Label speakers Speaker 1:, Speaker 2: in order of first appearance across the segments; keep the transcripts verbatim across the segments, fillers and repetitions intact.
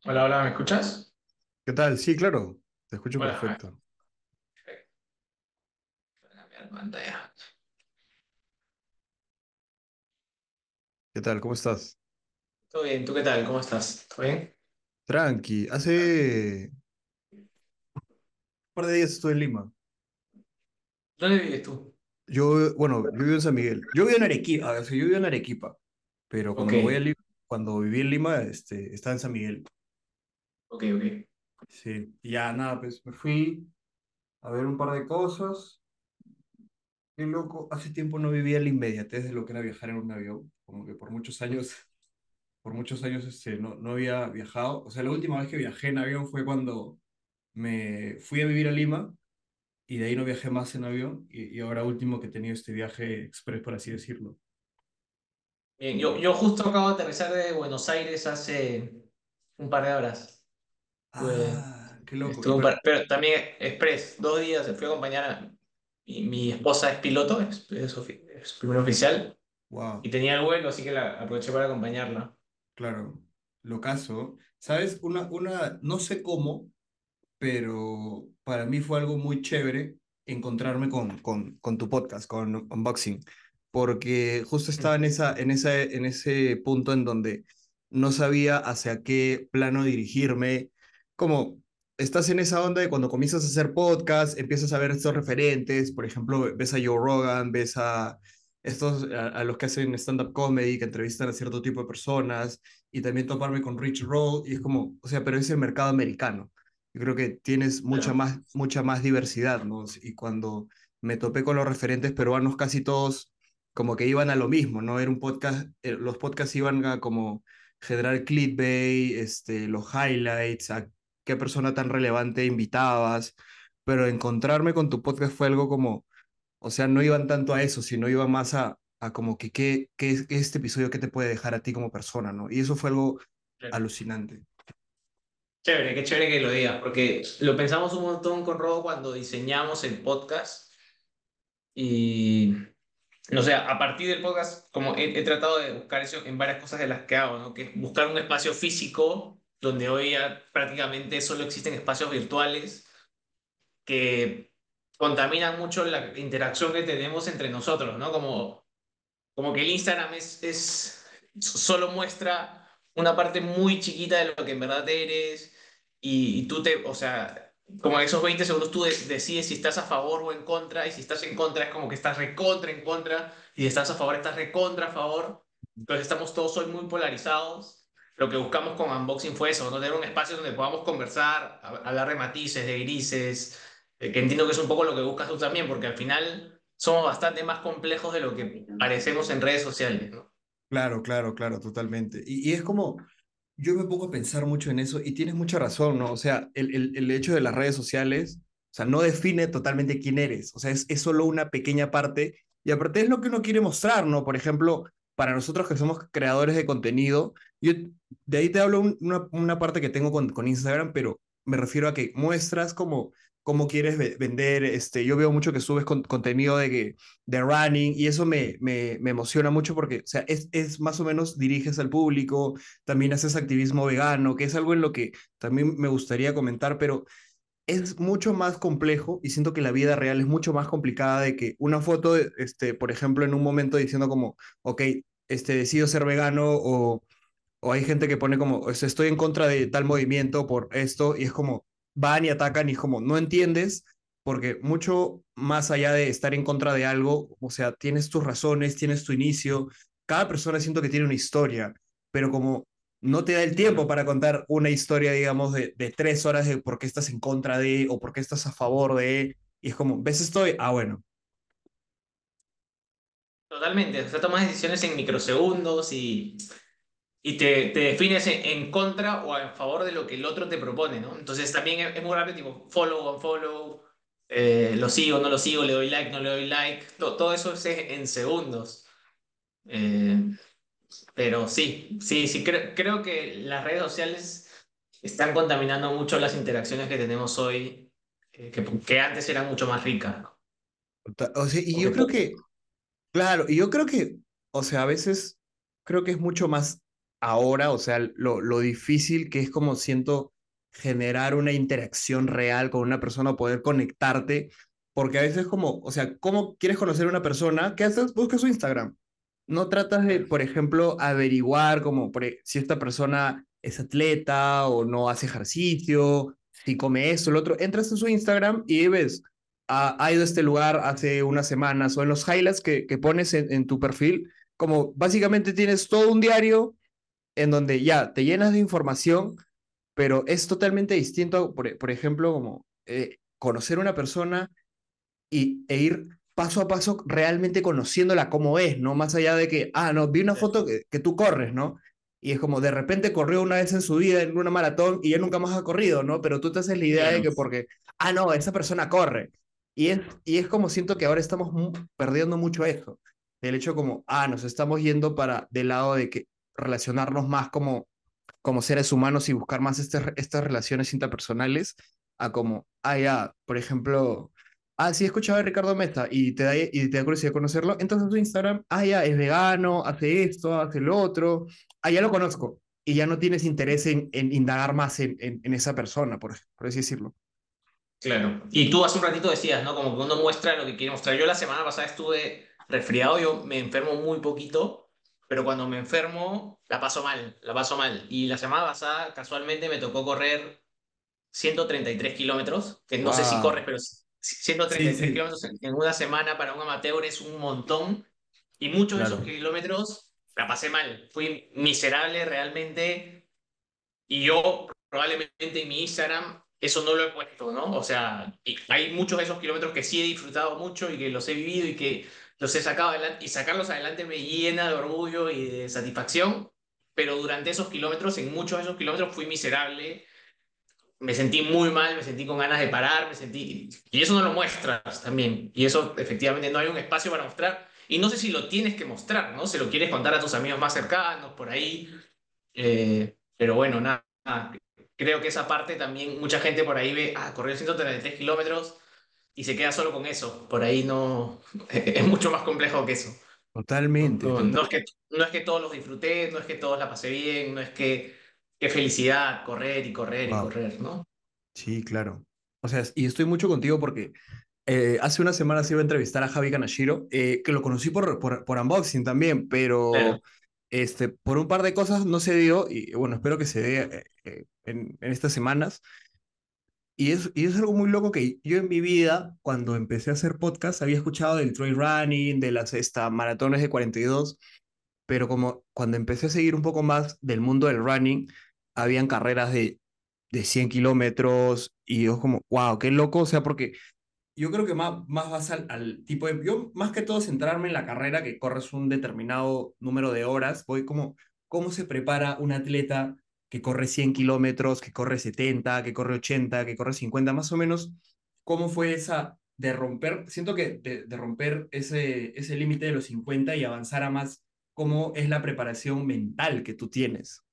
Speaker 1: Hola, hola, ¿me escuchas?
Speaker 2: ¿Qué tal? Sí, claro, te escucho
Speaker 1: Hola, a ver,
Speaker 2: perfecto.
Speaker 1: perfecto, voy a cambiar de pantalla.
Speaker 2: ¿Qué tal? ¿Cómo estás?
Speaker 1: Todo bien, ¿tú qué tal? ¿Cómo estás? ¿Todo bien?
Speaker 2: Tranqui. Hace un par de días estuve en Lima.
Speaker 1: ¿Dónde vives tú?
Speaker 2: Yo, bueno, yo vivo en San Miguel. Yo vivo en Arequipa, o sea, yo vivo en Arequipa, pero
Speaker 1: Ok,
Speaker 2: cuando voy a Lima, cuando viví en Lima, este, estaba en San Miguel.
Speaker 1: ok, ok.
Speaker 2: Sí, y ya nada, pues me fui a ver un par de cosas. Qué loco, hace tiempo no vivía la inmediatez de lo que era viajar en un avión, como que por muchos años, por muchos años, este, no, no había viajado. O sea, la última vez que viajé en avión fue cuando me fui a vivir a Lima y de ahí no viajé más en avión y, y ahora último que he tenido este viaje express, por así decirlo.
Speaker 1: Bien, yo, yo justo acabo de aterrizar de Buenos Aires hace un par de horas. Estuve,
Speaker 2: Ah, qué loco. Y
Speaker 1: estuve un par,
Speaker 2: pero,
Speaker 1: pero también express, dos días, fui a acompañar a mi, mi esposa es piloto, es, es, ofi- es primer oficial, y
Speaker 2: wow,
Speaker 1: tenía el vuelo, así que la aproveché para acompañarla.
Speaker 2: claro, lo caso. ¿Sabes? Una, una, no sé cómo, pero para mí fue algo muy chévere encontrarme con, con, con tu podcast, con Unboxing, porque justo estaba en, esa, en, esa, en ese punto en donde no sabía hacia qué plano dirigirme, como estás en esa onda de cuando comienzas a hacer podcast, empiezas a ver estos referentes, por ejemplo, ves a Joe Rogan, ves a estos, a, a los que hacen stand-up comedy, que entrevistan a cierto tipo de personas, y también toparme con Rich Roll, y es como, o sea, pero es el mercado americano. Yo creo que tienes mucha
Speaker 1: Claro,
Speaker 2: más, mucha más diversidad, ¿no? Y cuando me topé con los referentes peruanos, casi todos como que iban a lo mismo, ¿no? Era un podcast, eh, los podcasts iban a como generar clickbait, este, los highlights, a qué persona tan relevante invitabas, pero encontrarme con tu podcast fue algo como, o sea, no iban tanto a eso, sino iban más a, a como que qué, qué es qué es este episodio que te puede dejar a ti como persona, ¿no? Y eso fue algo
Speaker 1: claro.
Speaker 2: alucinante.
Speaker 1: Chévere, qué chévere que lo digas, porque lo pensamos un montón con Robo cuando diseñamos el podcast y, no sé, a partir del podcast, como he, he tratado de buscar eso en varias cosas de las que hago, ¿no? Que es buscar un espacio físico donde hoy ya prácticamente solo existen espacios virtuales que contaminan mucho la interacción que tenemos entre nosotros, ¿no? Como, como que el Instagram es, es, solo muestra una parte muy chiquita de lo que en verdad eres y, y tú te, o sea, como en esos veinte segundos tú de- decides si estás a favor o en contra y si estás en contra es como que estás recontra en contra y si estás a favor estás recontra a favor. Entonces estamos todos hoy muy polarizados. Lo que buscamos con Unboxing fue eso, ¿no? Tener un espacio donde podamos conversar, a- hablar de matices, de grises, eh, que entiendo que es un poco lo que buscas tú también, porque al final somos bastante más complejos de lo que parecemos en redes sociales, ¿no?
Speaker 2: Claro, claro, claro, totalmente. Y, y es como, yo me pongo a pensar mucho en eso y tienes mucha razón, ¿no? O sea, el, el, el hecho de las redes sociales, o sea, no define totalmente quién eres, o sea, es, es solo una pequeña parte y aparte es lo que uno quiere mostrar, ¿no? Por ejemplo, para nosotros que somos creadores de contenido, yo de ahí te hablo un- una, una parte que tengo con, con Instagram, pero me refiero a que muestras como cómo quieres ve- vender, este, yo veo mucho que subes con- contenido de, que, de running y eso me, me, me emociona mucho porque, o sea, es, es más o menos diriges al público, también haces activismo vegano, que es algo en lo que también me gustaría comentar, pero es mucho más complejo y siento que la vida real es mucho más complicada de que una foto, este, por ejemplo, en un momento diciendo como, ok, este, decido ser vegano o, o hay gente que pone como, o sea, estoy en contra de tal movimiento por esto y es como, van y atacan y es como, no entiendes porque mucho más allá de estar en contra de algo, o sea, tienes tus razones, tienes tu inicio, cada persona siento que tiene una historia, pero como no te da el tiempo
Speaker 1: Claro.
Speaker 2: para contar una historia, digamos, de, de tres horas de por qué estás en contra de o por qué estás a favor de, y es como, ¿ves estoy? Ah, bueno,
Speaker 1: Totalmente, o sea, tomas decisiones en microsegundos y, y te, te defines en, en contra o a favor de lo que el otro te propone, ¿no? Entonces también es, es muy rápido, tipo, follow, unfollow, eh, lo sigo, no lo sigo, le doy like, no le doy like, to- todo eso es en segundos. Eh, pero sí, sí, sí, creo, creo que las redes sociales están contaminando mucho las interacciones que tenemos hoy, eh, que, que antes eran mucho más ricas, ¿no?
Speaker 2: o sea, y
Speaker 1: O
Speaker 2: yo
Speaker 1: que
Speaker 2: creo que, claro, y yo creo que, o sea, a veces creo que es mucho más ahora, o sea, lo, lo difícil que es como siento generar una interacción real con una persona, o poder conectarte, porque a veces como, o sea, ¿cómo quieres conocer a una persona? ¿Qué haces? Buscas su Instagram. No tratas de, por ejemplo, averiguar como por e- si esta persona es atleta o no hace ejercicio, si come esto, lo otro. Entras en su Instagram y ves, ha, ha ido a este lugar hace unas semanas, o en los highlights que, que pones en, en tu perfil, como básicamente tienes todo un diario en donde ya te llenas de información, pero es totalmente distinto, por, por ejemplo, como eh, conocer a una persona y, e ir paso a paso realmente conociéndola como es, ¿no? Más allá de que, ah, no, vi una
Speaker 1: Sí.
Speaker 2: foto que, que tú corres, ¿no? Y es como de repente corrió una vez en su vida en una maratón y ya nunca más ha corrido, ¿no? Pero tú te haces la idea de
Speaker 1: Claro,
Speaker 2: que porque, ah, no, esa persona corre. Y es, y es como siento que ahora estamos mu- perdiendo mucho eso. El hecho como, ah, nos estamos yendo para del lado de que relacionarnos más como, como seres humanos y buscar más este, estas relaciones interpersonales a como, ah, ya, por ejemplo, ah, sí, he escuchado de Ricardo Mesta y te da, y te da curiosidad conocerlo. Entonces tu Instagram, ah, ya, es vegano, hace esto, hace lo otro. Ah, ya lo conozco. Y ya no tienes interés en, en indagar más en, en, en esa persona, por, por así decirlo.
Speaker 1: claro. Y tú hace un ratito decías, ¿no? Como que uno muestra lo que quiere mostrar. Yo la semana pasada estuve resfriado, yo me enfermo muy poquito, pero cuando me enfermo la paso mal, la paso mal. Y la semana pasada casualmente me tocó correr ciento treinta y tres kilómetros, que no sé si corres,
Speaker 2: Wow.
Speaker 1: pero
Speaker 2: Sí,
Speaker 1: ciento treinta y tres
Speaker 2: sí,
Speaker 1: kilómetros en en una semana para un amateur es un montón. Y muchos de esos
Speaker 2: claro.
Speaker 1: kilómetros la pasé mal. Fui miserable realmente. Y yo probablemente en mi Instagram eso no lo he puesto, ¿no? O sea, y hay muchos de esos kilómetros que sí he disfrutado mucho y que los he vivido y que los he sacado adelante. Y sacarlos adelante me llena de orgullo y de satisfacción. Pero durante esos kilómetros, en muchos de esos kilómetros fui miserable, me sentí muy mal, me sentí con ganas de parar, me sentí... Y eso no lo muestras también. Y eso efectivamente no hay un espacio para mostrar. Y no sé si lo tienes que mostrar, ¿no? Se lo quieres contar a tus amigos más cercanos, por ahí. Eh, pero bueno, nada. Creo que esa parte también, mucha gente por ahí ve, ah, corrió ciento treinta y tres kilómetros y se queda solo con eso. Por ahí no... Es mucho más complejo que eso. No,
Speaker 2: Totalmente,
Speaker 1: no, no es que,
Speaker 2: totalmente.
Speaker 1: no es que todos los disfruté, no es que todos la pasé bien, no es que... Qué felicidad correr y correr y
Speaker 2: Wow.
Speaker 1: correr, ¿no?
Speaker 2: Sí, claro. O sea, y estoy mucho contigo porque eh, hace unas semanas iba a entrevistar a Javi Kanashiro, eh, que lo conocí por, por, por unboxing también,
Speaker 1: Claro.
Speaker 2: pero este, por un par de cosas no se dio y bueno, espero que se dé eh, eh, en, en estas semanas. Y es, y es algo muy loco que yo en mi vida, cuando empecé a hacer podcast, había escuchado del trail running, de las esta, maratones de cuarenta y dos, pero como cuando empecé a seguir un poco más del mundo del running, habían carreras de, de cien kilómetros y yo como, wow, qué loco, o sea, porque yo creo que más, más vas al, al tipo de... Yo más que todo centrarme en la carrera, que corres un determinado número de horas, voy como, ¿cómo se prepara un atleta que corre cien kilómetros, que corre setenta, que corre ochenta, que corre cincuenta, más o menos? ¿Cómo fue esa de romper? Siento que de, de romper ese, ese límite de los cincuenta y avanzar a más, ¿cómo es la preparación mental que tú tienes?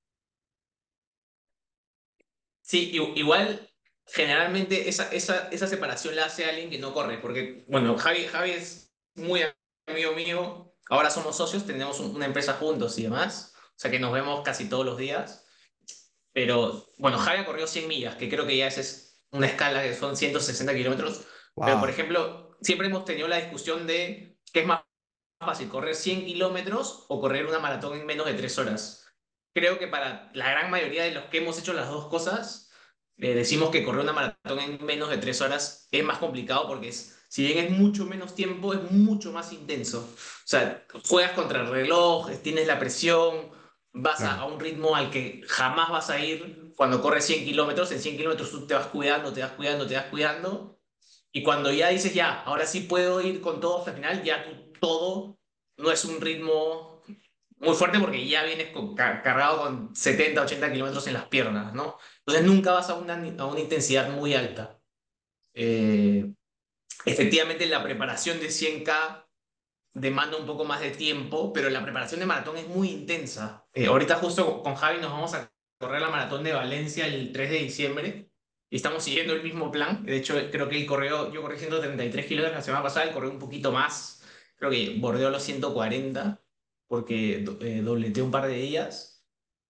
Speaker 1: Sí, i- igual generalmente esa, esa, esa separación la hace alguien que no corre, porque, bueno, Javi, Javi es muy amigo mío, ahora somos socios, tenemos un- una empresa juntos y demás, o sea que nos vemos casi todos los días, pero, bueno, Javi ha corrido cien millas, que creo que ya esa es una escala que son ciento sesenta kilómetros, pero, por
Speaker 2: Wow,
Speaker 1: ejemplo, siempre hemos tenido la discusión de qué es más fácil, correr cien kilómetros o correr una maratón en menos de tres horas. Creo que para la gran mayoría de los que hemos hecho las dos cosas, eh, decimos que correr una maratón en menos de tres horas es más complicado porque es, si bien es mucho menos tiempo, es mucho más intenso. O sea, juegas contra el reloj, tienes la presión, vas a,
Speaker 2: claro,
Speaker 1: a un ritmo al que jamás vas a ir cuando corres cien kilómetros. En cien kilómetros tú te vas cuidando, te vas cuidando, te vas cuidando. Y cuando ya dices, ya, ahora sí puedo ir con todo hasta el final, ya tú todo no es un ritmo muy fuerte porque ya vienes con- ca- cargado con setenta ochenta kilómetros en las piernas, ¿no? Entonces nunca vas a una, a una intensidad muy alta. Eh, Efectivamente, la preparación de cien K demanda un poco más de tiempo, pero la preparación de maratón es muy intensa. Eh, ahorita justo con Javi nos vamos a correr la maratón de Valencia el tres de diciembre y estamos siguiendo el mismo plan. De hecho, creo que él corrió, yo corrí ciento treinta y tres kilómetros la semana pasada, él corrió un poquito más, creo que bordeó los ciento cuarenta porque do- eh, dobleteé un par de días.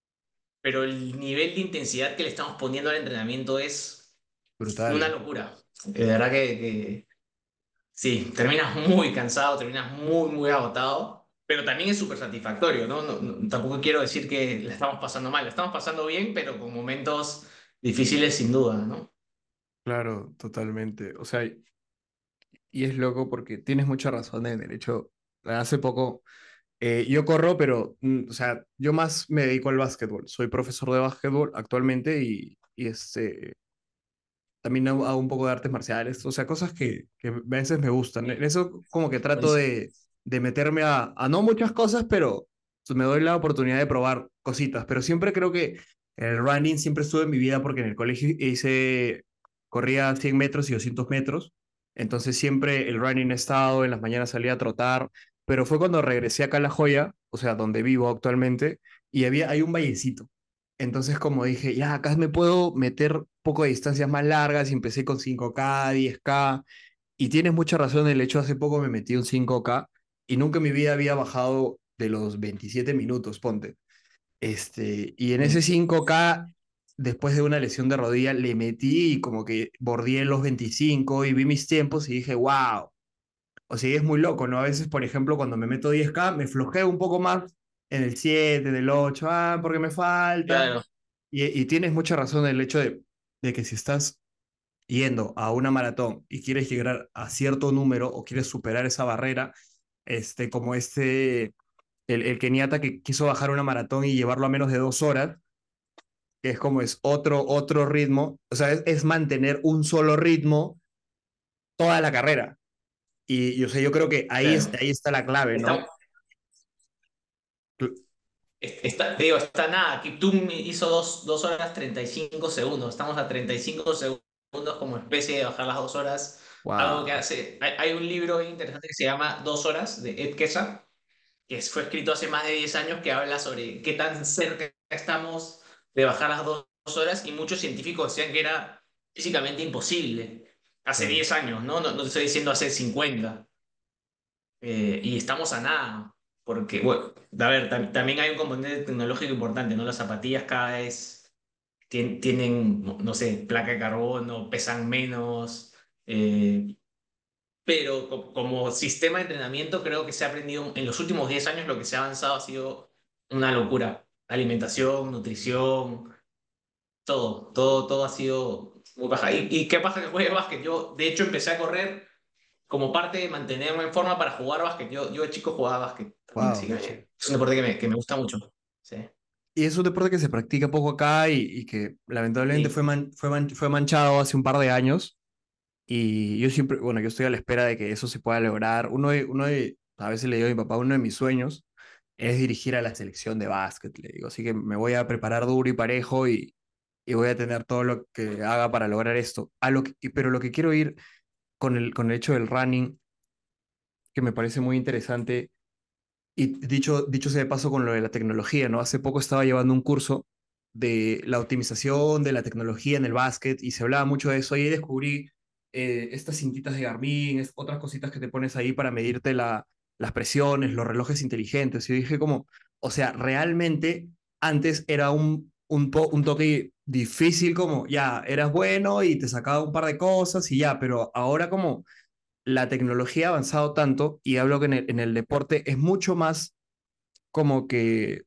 Speaker 1: pero el nivel de intensidad que le estamos poniendo al entrenamiento es una
Speaker 2: Brutal.
Speaker 1: locura. De verdad que, que sí, terminas muy cansado, terminas muy, muy agotado, pero también es súper satisfactorio, ¿no? No, no- tampoco quiero decir que la estamos pasando mal, la estamos pasando bien, pero con momentos difíciles sin duda, ¿no?
Speaker 2: Claro, totalmente. O sea, y es loco porque tienes mucha razón en el hecho. Hace poco, eh, yo corro, pero, mm, o sea, yo más me dedico al básquetbol. Soy profesor de básquetbol actualmente y, y este, también hago, hago un poco de artes marciales, o sea, cosas que, que a veces me gustan. En eso como que trato
Speaker 1: Buenísimo.
Speaker 2: de, de meterme a, a no muchas cosas, pero pues, me doy la oportunidad de probar cositas. Pero siempre creo que el running siempre estuvo en mi vida porque en el colegio hice, corría cien metros y doscientos metros, entonces siempre el running ha estado, en las mañanas salía a trotar, pero fue cuando regresé acá a La Joya, o sea, donde vivo actualmente, y había, hay un vallecito. Entonces, como dije, ya acá me puedo meter un poco de distancias más largas y empecé con cinco K, diez K. Y tienes mucha razón, el hecho, hace poco me metí un cinco K y nunca en mi vida había bajado de los veintisiete minutos, ponte. Este, y en ese
Speaker 1: Sí,
Speaker 2: cinco K, después de una lesión de rodilla, le metí y como que bordeé los veinticinco y vi mis tiempos y dije, wow. O sea, y es muy loco, ¿no? A veces, por ejemplo, cuando me meto diez K, me flojeo un poco más en el siete, en el ocho, ah, porque me falta.
Speaker 1: claro,
Speaker 2: Y, y tienes mucha razón en el hecho de, de que si estás yendo a una maratón y quieres llegar a cierto número o quieres superar esa barrera, este, como este, el, el keniata que quiso bajar una maratón y llevarlo a menos de dos horas, que es como es otro, otro ritmo, o sea, es, es mantener un solo ritmo toda la carrera. Y yo sé, yo creo que ahí, es,
Speaker 1: claro.
Speaker 2: ahí está la clave, ¿no?
Speaker 1: Estamos, está, te digo, está nada. Kiptum hizo dos, dos horas treinta y cinco segundos. Estamos a treinta y cinco segundos como especie de bajar las dos horas. Algo que
Speaker 2: Wow,
Speaker 1: hace. Hay, hay un libro interesante que se llama Dos horas de Ed Kesa, que fue escrito hace más de diez años, que habla sobre qué tan cerca estamos de bajar las dos horas, y muchos científicos decían que era físicamente imposible hace
Speaker 2: claro.
Speaker 1: diez años, ¿no? No, no te estoy diciendo hace cincuenta. Eh, y estamos a nada, porque, bueno, a ver, tam- también hay un componente tecnológico importante, ¿no? Las zapatillas cada vez tien- tienen, no no sé, placa de carbono, pesan menos, eh, pero co- como sistema de entrenamiento creo que se ha aprendido en los últimos diez años. Lo que se ha avanzado ha sido una locura. Alimentación, nutrición, todo, todo, todo ha sido muy baja. ¿Y, y qué pasa que juegue básquet? Yo, de hecho, empecé a correr como parte de mantenerme en forma para jugar básquet. Yo, yo de chico jugaba básquet también, así
Speaker 2: Wow.
Speaker 1: que me- es un deporte que me, que me gusta mucho. Sí.
Speaker 2: Y es un deporte que se practica poco acá y, y que lamentablemente
Speaker 1: Sí.
Speaker 2: fue, man- fue, man- fue manchado hace un par de años. Y yo siempre, bueno, yo estoy a la espera de que eso se pueda lograr. Uno de, uno de, a veces le digo a mi papá, uno de mis sueños es dirigir a la selección de básquet, le digo. Así que me voy a preparar duro y parejo y, y voy a tener todo lo que haga para lograr esto. A lo que, y- pero lo que quiero ir con el, con el hecho del running, que me parece muy interesante, y dicho, dicho sea de paso con lo de la tecnología, ¿no? Hace poco estaba llevando un curso de la optimización de la tecnología en el básquet y se hablaba mucho de eso y ahí descubrí eh, estas cintitas de Garmin, es, otras cositas que te pones ahí para medirte la, las presiones, los relojes inteligentes. Y yo dije como, o sea, realmente antes era un, un, po- un toque difícil como, ya, eras bueno y te sacaba un par de cosas y ya, pero ahora como la tecnología ha avanzado tanto, y hablo que en el, en el deporte es mucho más como que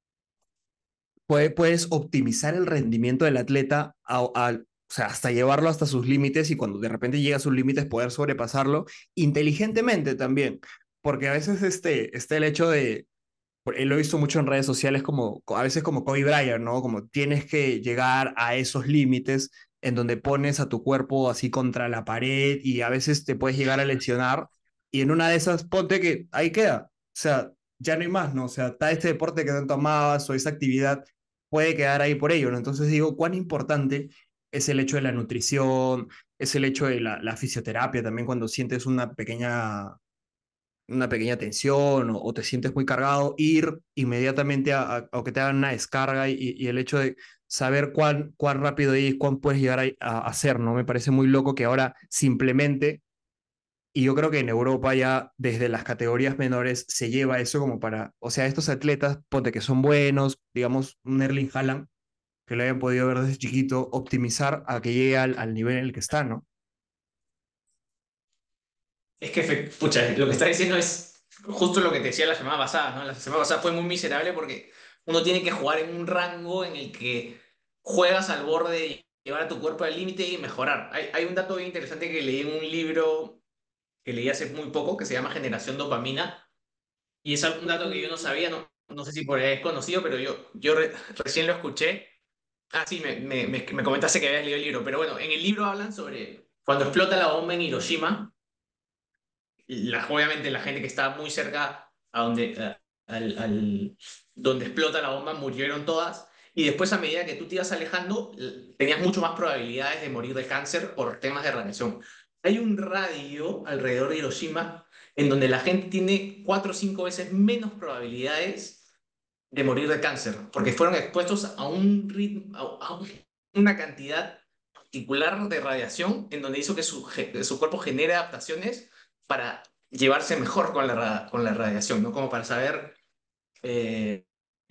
Speaker 2: puede- puedes optimizar el rendimiento del atleta a, a- o sea, hasta llevarlo hasta sus límites y cuando de repente llega a sus límites poder sobrepasarlo inteligentemente también. Porque a veces este, está el hecho de, por- lo he visto mucho en redes sociales como, a veces como Kobe Bryant, ¿no? Como tienes que llegar a esos límites en donde pones a tu cuerpo así contra la pared y a veces te puedes llegar a lesionar y en una de esas ponte que ahí queda. O sea, ya no hay más, ¿no? O sea, está este deporte que tanto amabas o esa actividad puede quedar ahí por ello, ¿no? Entonces digo, cuán importante es el hecho de la nutrición, es el hecho de la, la fisioterapia también cuando sientes una pequeña una pequeña tensión o, o te sientes muy cargado, ir inmediatamente a, a, a que te hagan una descarga y, y el hecho de saber cuán, cuán rápido y cuán puedes llegar a, a hacer, ¿no? Me parece muy loco que ahora simplemente Y yo creo que en Europa ya desde las categorías menores se lleva eso como para, o sea, estos atletas, ponte que son buenos, digamos, un Erling Haaland, que lo hayan podido ver desde chiquito, optimizar a que llegue al, al nivel en el que está, ¿no?
Speaker 1: Es que, efe- pucha, lo que estás diciendo es justo lo que te decía la semana pasada, ¿no? La semana pasada fue muy miserable porque uno tiene que jugar en un rango en el que juegas al borde de llevar a tu cuerpo al límite y mejorar. Hay, hay un dato bien interesante que leí en un libro que leí hace muy poco que se llama Generación Dopamina y es un dato que yo no sabía, no, no sé si por ahí es conocido, pero yo, yo re- recién lo escuché. Ah, sí, me, me, me, me comentaste que habías leído el libro, pero bueno, en el libro hablan sobre cuando explota la bomba en Hiroshima la- obviamente la gente que estaba muy cerca a donde, a- al, al- donde explota la bomba murieron todas. Y después, a medida que tú te ibas alejando, l- tenías mucho más probabilidades de morir de cáncer por temas de radiación. Hay un radio alrededor de Hiroshima en donde la gente tiene cuatro o cinco veces menos probabilidades de morir de cáncer, porque fueron expuestos a un ritmo, a, a un- una cantidad particular de radiación en donde hizo que su, ge- su cuerpo genere adaptaciones para llevarse mejor con la, ra- con la radiación, ¿no? Como para saber eh,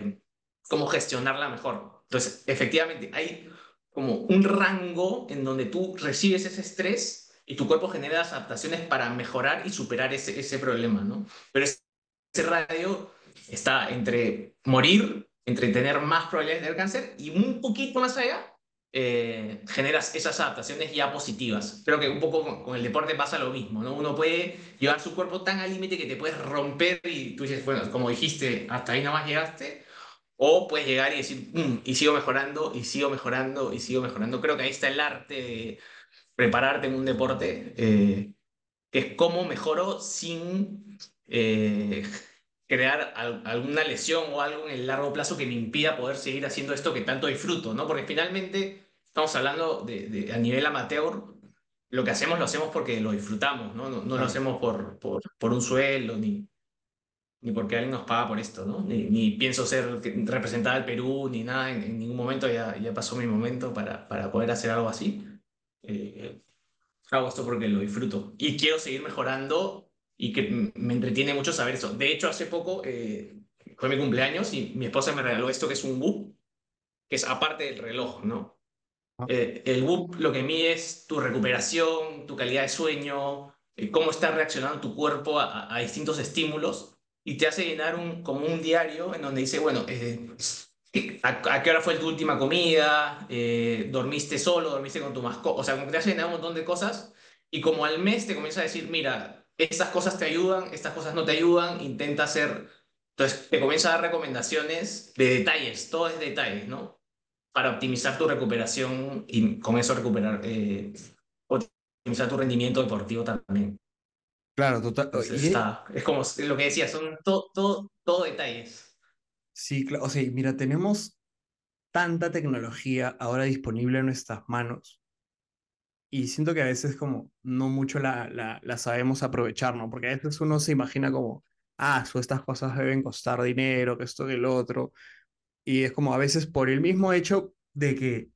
Speaker 1: cómo gestionarla mejor. Entonces, efectivamente, hay como un rango en donde tú recibes ese estrés y tu cuerpo genera las adaptaciones para mejorar y superar ese, ese problema, ¿no? Pero ese radio está entre morir, entre tener más probabilidades de tener cáncer y un poquito más allá eh, generas esas adaptaciones ya positivas. Creo que un poco con, con el deporte pasa lo mismo, ¿no? Uno puede llevar su cuerpo tan al límite que te puedes romper y tú dices, bueno, como dijiste, hasta ahí nomás llegaste, o puedes llegar y decir, "Mm, y sigo mejorando, y sigo mejorando, y sigo mejorando". Creo que ahí está el arte de prepararte en un deporte. Eh, que es cómo mejoro sin eh, crear al- alguna lesión o algo en el largo plazo que me impida poder seguir haciendo esto que tanto disfruto, ¿no? Porque finalmente estamos hablando de, de- a nivel amateur, lo que hacemos lo hacemos porque lo disfrutamos, ¿no? No, no lo
Speaker 2: Claro.
Speaker 1: hacemos por, por, por un sueldo ni, ni porque alguien nos paga por esto, ¿no? Ni, ni pienso ser representar al Perú ni nada, en, en ningún momento ya, ya pasó mi momento para, para poder hacer algo así. Eh, Hago esto porque lo disfruto y quiero seguir mejorando y que m- me entretiene mucho saber eso. De hecho, hace poco eh, fue mi cumpleaños y mi esposa me regaló esto que es un Whoop, que es aparte del reloj, ¿no?
Speaker 2: Ah,
Speaker 1: Eh, el Whoop lo que mide es tu recuperación, tu calidad de sueño, eh, cómo está reaccionando tu cuerpo a, a distintos estímulos y te hace llenar un, como un diario en donde dice, bueno, eh, ¿a, a qué hora fue tu última comida? Eh, ¿dormiste solo? ¿Dormiste con tu mascota? O sea, como que te hace llenar un montón de cosas y como al mes te comienza a decir, mira, estas cosas te ayudan, estas cosas no te ayudan, intenta hacer... Entonces te comienza a dar recomendaciones de detalles, todo es detalles, ¿no? Para optimizar tu recuperación y con eso recuperar, eh, optimizar tu rendimiento deportivo también.
Speaker 2: claro, total.
Speaker 1: Entonces
Speaker 2: Y eh,
Speaker 1: está, es como lo que decía, son todo, todo, todo detalles.
Speaker 2: sí, claro, o sea, mira, tenemos tanta tecnología ahora disponible en nuestras manos y siento que a veces como no mucho la, la, la sabemos aprovechar, ¿no? Porque a veces uno se imagina como, ah, so, estas cosas deben costar dinero, que esto, que el otro, y es como a veces por el mismo hecho de que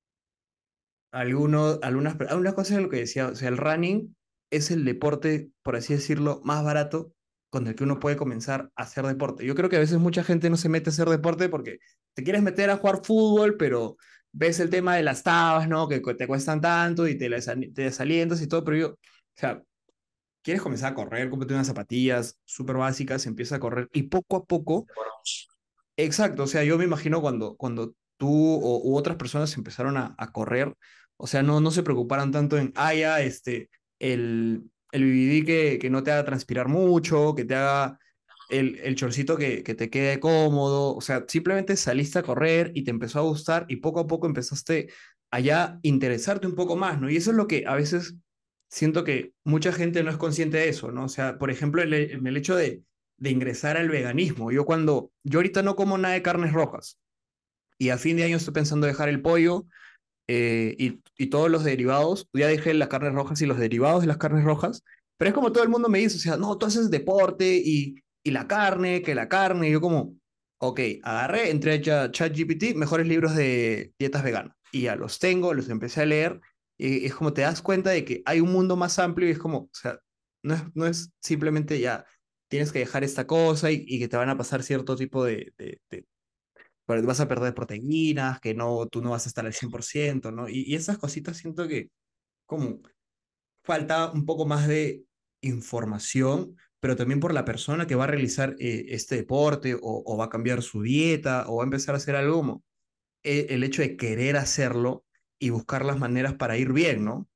Speaker 2: alguno, algunas, algunas cosas de lo que decía, o sea, el running es el deporte, por así decirlo, más barato con el que uno puede comenzar a hacer deporte. Yo creo que a veces mucha gente no se mete a hacer deporte porque te quieres meter a jugar fútbol, pero ves el tema de las tabas, ¿no? Que cu- te cuestan tanto y te, las- te desalientas y todo, pero yo, o sea, quieres comenzar a correr, cómprate unas zapatillas súper básicas, empieza a correr y poco a poco. Exacto, o sea, yo me imagino cuando, cuando tú o, u otras personas empezaron a, a correr, o sea, no, no se preocuparan tanto en, ah, ya, este, el, el B B D que, que no te haga transpirar mucho, que te haga el, el chorcito que, que te quede cómodo, o sea, simplemente saliste a correr y te empezó a gustar y poco a poco empezaste a ya interesarte un poco más, ¿no? Y eso es lo que a veces siento que mucha gente no es consciente de eso, ¿no? O sea, por ejemplo, el- en el hecho de de ingresar al veganismo. Yo cuando, yo ahorita no como nada de carnes rojas y a fin de año estoy pensando dejar el pollo eh, y, y todos los derivados, ya dejé las carnes rojas y los derivados de las carnes rojas, pero es como todo el mundo me dice, o sea, no, tú haces deporte y, y la carne, que la carne, y yo como, ok, agarré, entré a ChatGPT, mejores libros de dietas veganas, y ya los tengo, los empecé a leer, y es como te das cuenta de que hay un mundo más amplio y es como, o sea, no es, no es simplemente ya tienes que dejar esta cosa y, y que te van a pasar cierto tipo de, de, de- pero vas a perder proteínas, que no, tú no vas a estar al cien por ciento, ¿no? Y, y esas cositas siento que como falta un poco más de información, pero también por la persona que va a realizar eh, este deporte o, o va a cambiar su dieta o va a empezar a hacer algo, como, eh, el hecho de querer hacerlo y buscar las maneras para ir bien, ¿no?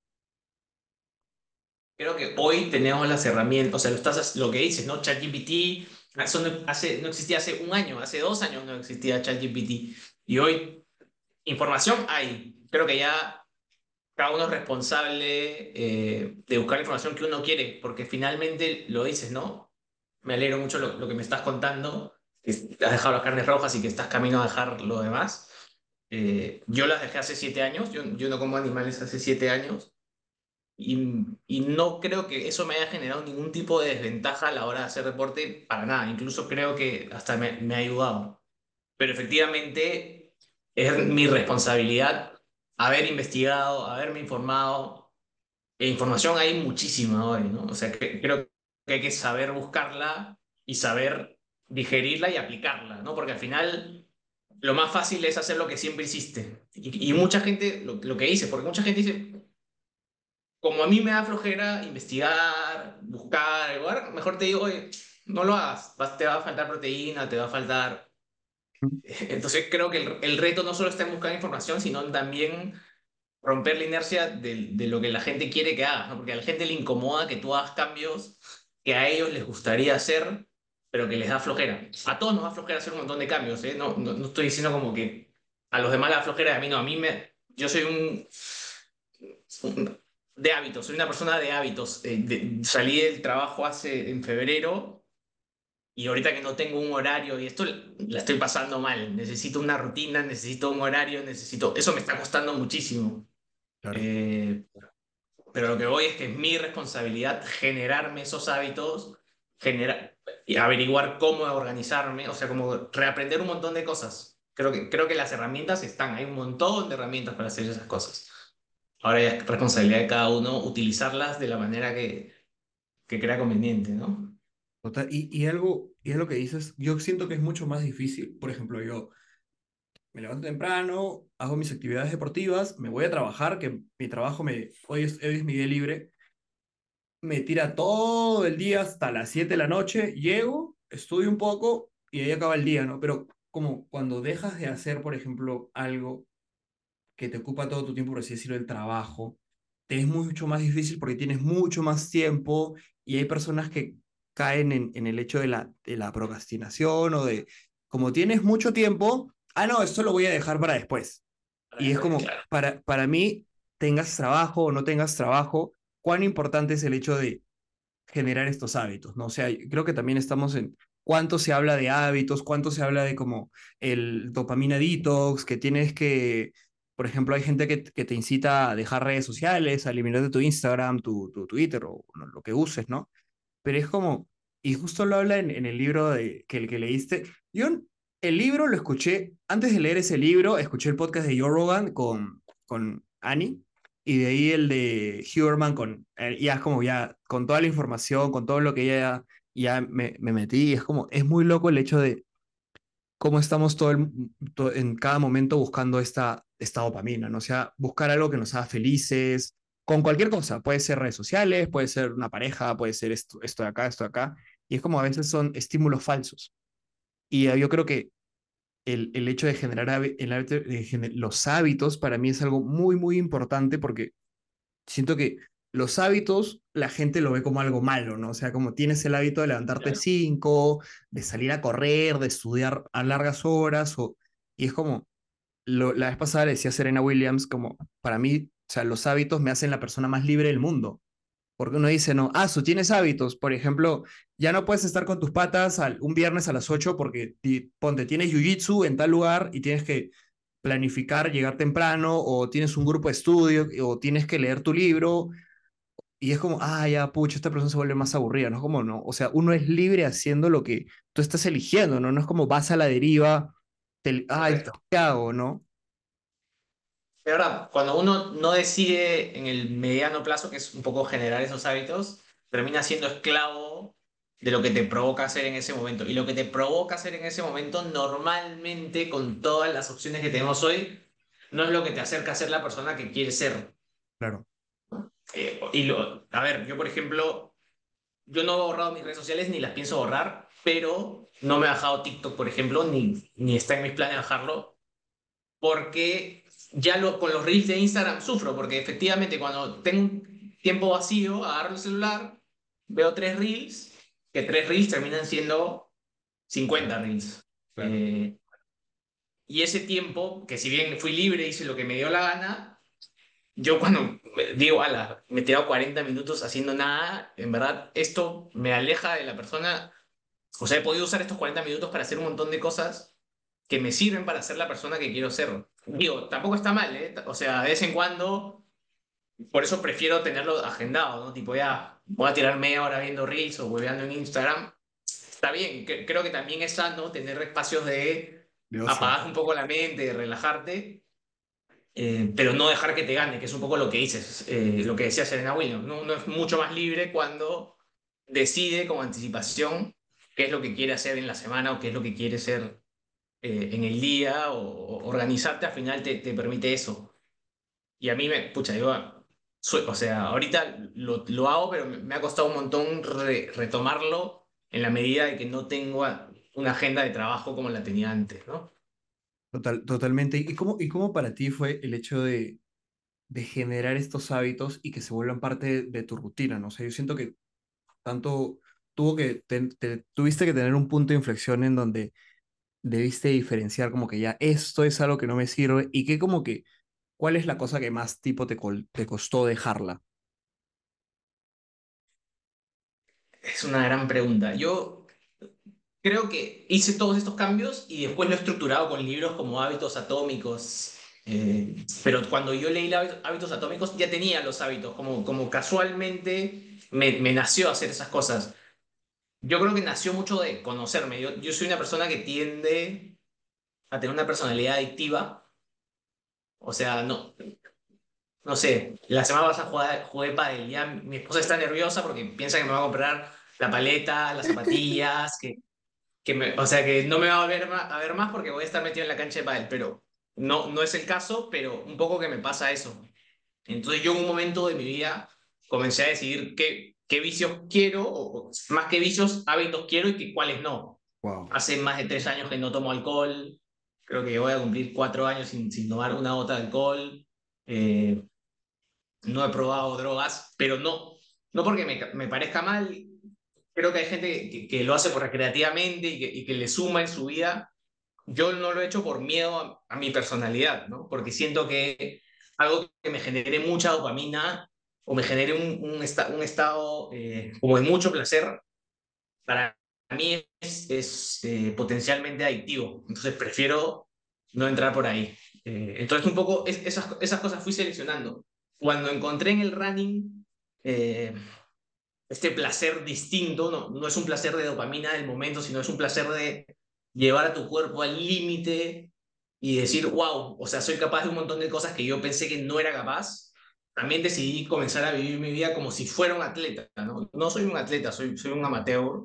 Speaker 1: Creo que hoy tenemos las herramientas, o sea, lo, estás, lo que dices, ¿no? ChatGPT, eso no, hace, no existía hace un año, hace dos años no existía ChatGPT. Y hoy información hay. Creo que ya cada uno es responsable eh, de buscar la información que uno quiere, porque finalmente lo dices, ¿no? Me alegro mucho lo, lo que me estás contando, que has dejado las carnes rojas y que estás camino a dejar lo demás. Eh, yo las dejé hace siete años, yo, yo no como animales hace siete años. Y, y no creo que eso me haya generado ningún tipo de desventaja a la hora de hacer deporte para nada. Incluso creo que hasta me, me ha ayudado. Pero efectivamente es mi responsabilidad haber investigado, haberme informado. E información hay muchísima hoy, ¿no? O sea, que, creo que hay que saber buscarla y saber digerirla y aplicarla, ¿no? Porque al final lo más fácil es hacer lo que siempre hiciste. Y, y mucha gente, lo, lo que dice, porque mucha gente dice, como a mí me da flojera investigar, buscar, igual, mejor te digo, oye, no lo hagas, vas- te va a faltar proteína, te va a faltar... Entonces creo que el, el reto no solo está en buscar información, sino en también romper la inercia de, de lo que la gente quiere que hagas, ¿no? Porque a la gente le incomoda que tú hagas cambios que a ellos les gustaría hacer, pero que les da flojera. A todos nos da flojera hacer un montón de cambios, ¿eh? No, no, no estoy diciendo como que a los demás les da flojera, a mí no, a mí me... Yo soy un de hábitos, soy una persona de hábitos. Eh, de- salí del trabajo hace en febrero y ahorita que no tengo un horario y esto la estoy pasando mal. Necesito una rutina, necesito un horario, necesito... Eso me está costando muchísimo.
Speaker 2: Claro.
Speaker 1: Eh, pero lo que voy es que es mi responsabilidad generarme esos hábitos, generar, y averiguar cómo organizarme, o sea, como reaprender un montón de cosas. Creo que, creo que las herramientas están, hay un montón de herramientas para hacer esas cosas. Ahora ya es responsabilidad de cada uno utilizarlas de la manera que, que crea conveniente, ¿no?
Speaker 2: Total, y, y algo, y es lo que dices, yo siento que es mucho más difícil. Por ejemplo, yo me levanto temprano, hago mis actividades deportivas, me voy a trabajar, que mi trabajo me, hoy es, hoy es mi día libre, me tira todo el día hasta las siete de la noche, llego, estudio un poco y ahí acaba el día, ¿no? Pero como cuando dejas de hacer, por ejemplo, algo que te ocupa todo tu tiempo, por así decirlo, el trabajo, te es mucho más difícil porque tienes mucho más tiempo y hay personas que caen en, en el hecho de la, de la procrastinación o de, como tienes mucho tiempo, ah, no, esto lo voy a dejar para después.
Speaker 1: Para
Speaker 2: Y es
Speaker 1: después,
Speaker 2: como,
Speaker 1: claro.
Speaker 2: para, para mí, tengas trabajo o no tengas trabajo, cuán importante es el hecho de generar estos hábitos, ¿no? O sea, creo que también estamos en cuánto se habla de hábitos, cuánto se habla de como el dopamina detox, que tienes que, por ejemplo, hay gente que, que te incita a dejar redes sociales, a eliminar de tu Instagram, tu, tu Twitter o no, lo que uses, ¿no? Pero es como, y justo lo habla en, en el libro de, que, el que leíste. Yo el libro lo escuché, antes de leer ese libro, escuché el podcast de Joe Rogan con, con Annie, y de ahí el de Huberman con, eh, ya es como ya, con toda la información, con todo lo que ya, ya me, me metí, y es como, es muy loco el hecho de cómo estamos todo el, to- en cada momento buscando esta, esta dopamina, ¿no? O sea, buscar algo que nos haga felices, con cualquier cosa, puede ser redes sociales, puede ser una pareja, puede ser esto, esto de acá, esto de acá, y es como a veces son estímulos falsos. Y eh, yo creo que el, el hecho de generar hábi- el hábito de gener- los hábitos para mí es algo muy, muy importante porque siento que los hábitos la gente lo ve como algo malo, ¿no? O sea, como tienes el hábito de levantarte cinco, de salir a correr, de estudiar a largas horas, o, y es como, lo, la vez pasada le decía a Serena Williams, como, para mí, o sea, los hábitos me hacen la persona más libre del mundo. Porque uno dice, no, ah, tú tienes hábitos, por ejemplo, ya no puedes estar con tus patas al, un viernes a las ocho porque, ti- ponte, tienes jiu-jitsu en tal lugar y tienes que planificar llegar temprano, o tienes un grupo de estudio, o tienes que leer tu libro, y es como, ah, ya, pucha, esta persona se vuelve más aburrida, ¿no? Como no, o sea, uno es libre haciendo lo que tú estás eligiendo, ¿no? No es como vas a la deriva, te, ay,
Speaker 1: Correcto.
Speaker 2: ¿qué hago, no?
Speaker 1: Es verdad, cuando uno no decide en el mediano plazo, que es un poco generar esos hábitos, termina siendo esclavo de lo que te provoca hacer en ese momento. Y lo que te provoca hacer en ese momento, normalmente, con todas las opciones que tenemos hoy, no es lo que te acerca a ser la persona que quieres ser.
Speaker 2: Claro,
Speaker 1: Eh, y lo, a ver, yo por ejemplo, yo no he borrado mis redes sociales ni las pienso borrar, pero no me he bajado TikTok, por ejemplo, ni, ni está en mis planes bajarlo, porque ya lo, con los reels de Instagram sufro, porque efectivamente cuando tengo un tiempo vacío, agarro el celular, veo tres reels, que tres reels terminan siendo cincuenta reels.
Speaker 2: claro.
Speaker 1: Eh, y ese tiempo, que si bien fui libre, hice lo que me dio la gana, yo cuando digo, ala, me he tirado cuarenta minutos haciendo nada, en verdad esto me aleja de la persona. O sea, he podido usar estos cuarenta minutos para hacer un montón de cosas que me sirven para ser la persona que quiero ser. Digo, tampoco está mal, ¿eh? O sea, de vez en cuando, por eso prefiero tenerlo agendado, ¿no? Tipo, ya, voy a tirar media hora viendo Reels o hueveando en Instagram. Está bien, que- creo que también es sano tener espacios de
Speaker 2: De ocio.
Speaker 1: apagar un poco la mente, de relajarte, eh, pero no dejar que te gane, que es un poco lo que dices, eh, lo que decía Serena Williams, ¿no? Uno es mucho más libre cuando decide con anticipación qué es lo que quiere hacer en la semana o qué es lo que quiere ser eh, en el día, o, o organizarte al final te, te permite eso. Y a mí me, pucha, yo, soy- o sea, ahorita lo, lo hago, pero me, me ha costado un montón re- retomarlo en la medida de que no tengo una agenda de trabajo como la tenía antes, ¿no?
Speaker 2: Total, totalmente. ¿Y cómo, y cómo para ti fue el hecho de, de generar estos hábitos y que se vuelvan parte de, tu rutina, ¿no? O sea, yo siento que tanto tuvo que, te- te- tuviste que tener un punto de inflexión en donde debiste diferenciar como que ya esto es algo que no me sirve y que como que, ¿cuál es la cosa que más tipo te, col- te costó dejarla?
Speaker 1: Es una gran pregunta. Yo creo que hice todos estos cambios y después lo he estructurado con libros como Hábitos Atómicos. Eh, pero cuando yo leí Hábitos Hábitos Atómicos ya tenía los hábitos, como, como casualmente me, me nació hacer esas cosas. Yo creo que nació mucho de conocerme. Yo, yo soy una persona que tiende a tener una personalidad adictiva. O sea, no, no sé, la semana pasada jugué, jugué pádel. Ya mi esposa está nerviosa porque piensa que me va a comprar la paleta, las zapatillas, que que me, o sea, que no me va a volver ma- a ver más porque voy a estar metido en la cancha de pádel, pero no, no es el caso, pero un poco que me pasa eso. Entonces yo en un momento de mi vida comencé a decidir qué, qué vicios quiero, o o más que vicios, hábitos quiero y que, cuáles no.
Speaker 2: Wow.
Speaker 1: Hace más de tres años que no tomo alcohol, creo que voy a cumplir cuatro años sin, sin tomar una gota de alcohol. Eh, no he probado drogas, pero no, no porque me, me parezca mal. Creo que hay gente que, que lo hace por recreativamente y que, y que le suma en su vida. Yo no lo he hecho por miedo a, a mi personalidad, ¿no? Porque siento que algo que me genere mucha dopamina o me genere un, un, esta, un estado eh, como de mucho placer, para mí es, es eh, potencialmente adictivo. Entonces prefiero no entrar por ahí. Eh, entonces un poco es, esas, esas cosas fui seleccionando. Cuando encontré en el running eh, este placer distinto, no, no es un placer de dopamina del momento, sino es un placer de llevar a tu cuerpo al límite y decir, wow, o sea, soy capaz de un montón de cosas que yo pensé que no era capaz. También decidí comenzar a vivir mi vida como si fuera un atleta, ¿no? No soy un atleta, soy, soy un amateur,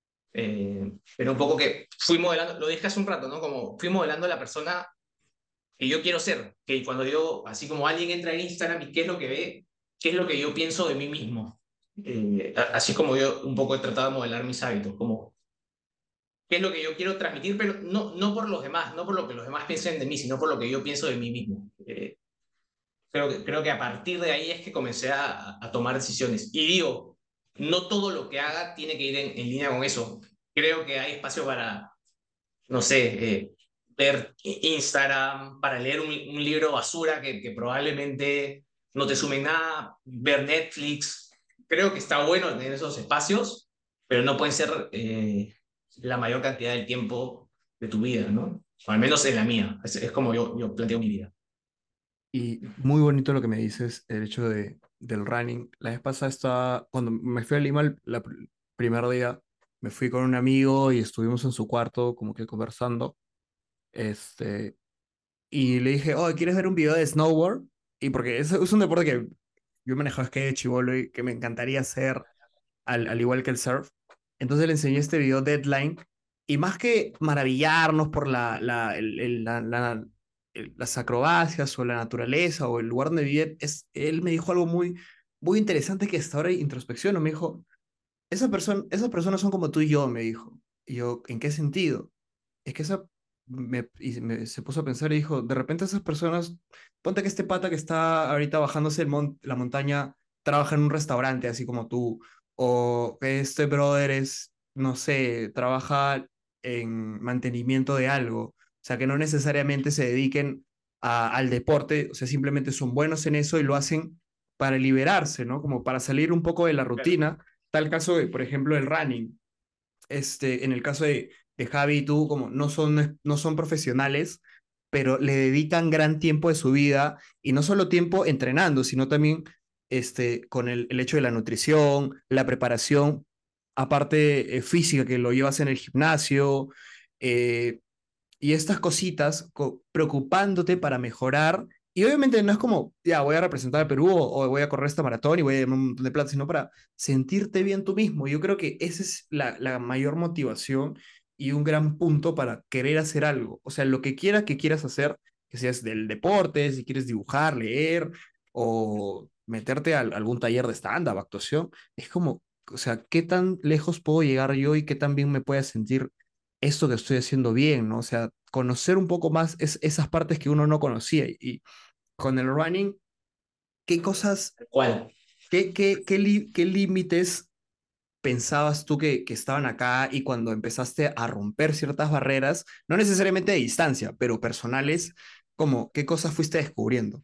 Speaker 1: eh, pero un poco que fui modelando, lo dije hace un rato, ¿no? Como fui modelando la persona que yo quiero ser, que cuando yo, así como alguien entra en Instagram y qué es lo que ve, qué es lo que yo pienso de mí mismo. Eh, a- así como yo un poco he tratado de modelar mis hábitos, como qué es lo que yo quiero transmitir, pero no, no por los demás, no por lo que los demás piensen de mí, sino por lo que yo pienso de mí mismo. Eh, creo que, creo que a partir de ahí es que comencé a, a tomar decisiones. Y digo, no todo lo que haga tiene que ir en, en línea con eso. Creo que hay espacio para no sé, eh, ver Instagram, para leer un, un libro basura que, que probablemente no te sume nada, ver Netflix. Creo que está bueno tener esos espacios, pero no pueden ser eh, la mayor cantidad del tiempo de tu vida, ¿no? O al menos en la mía. Es, es como yo, yo planteo mi vida.
Speaker 2: Y muy bonito lo que me dices, el hecho de, del running. La vez pasada estaba, cuando me fui a Lima el la pr- primer día, me fui con un amigo y estuvimos en su cuarto como que conversando. Este, y le dije, oh, ¿quieres ver un video de snowboard? Y porque es, es un deporte que yo manejaba skate de chivolo y que me encantaría hacer. al, al igual que el surf. Entonces le enseñé este video Deadline y más que maravillarnos por la, la, el- el- la- la- el- las acrobacias o la naturaleza o el lugar donde vive, es, él me dijo algo muy, muy interesante que hasta ahora introspecciono. Me dijo, esa persona, esas personas son como tú y yo, me dijo. Y yo, ¿en qué sentido? Es que esa me, y me- se puso a pensar y dijo, de repente esas personas, ponte que este pata que está ahorita bajándose el mon- la montaña trabaja en un restaurante así como tú, o que este brother es, no sé, trabaja en mantenimiento de algo, o sea, que no necesariamente se dediquen a- al deporte, o sea, simplemente son buenos en eso y lo hacen para liberarse, ¿no? Como para salir un poco de la
Speaker 1: Claro.
Speaker 2: rutina, tal caso de, por ejemplo, el running este, en el caso de, de Javi y tú, como no son, no son profesionales, pero le dedican gran tiempo de su vida y no solo tiempo entrenando, sino también este, con el, el hecho de la nutrición, la preparación, aparte eh, física que lo llevas en el gimnasio, eh, y estas cositas co- preocupándote para mejorar. Y obviamente no es como, ya, voy a representar a Perú o, o voy a correr esta maratón y voy a ganar un montón de plata, sino para sentirte bien tú mismo. Yo creo que esa es la, la mayor motivación y un gran punto para querer hacer algo. O sea, lo que quiera que quieras hacer, que seas del deporte, si quieres dibujar, leer o meterte a, algún taller de stand-up, actuación, es como, o sea, ¿qué tan lejos puedo llegar yo y qué tan bien me pueda sentir esto que estoy haciendo bien, ¿no? O sea, conocer un poco más es, esas partes que uno no conocía. Y con el running, ¿qué cosas,
Speaker 1: ¿Cuál?
Speaker 2: qué, qué, qué, li- qué límites pensabas tú que, que estaban acá y cuando empezaste a romper ciertas barreras, no necesariamente de distancia, pero personales, como qué cosas fuiste descubriendo?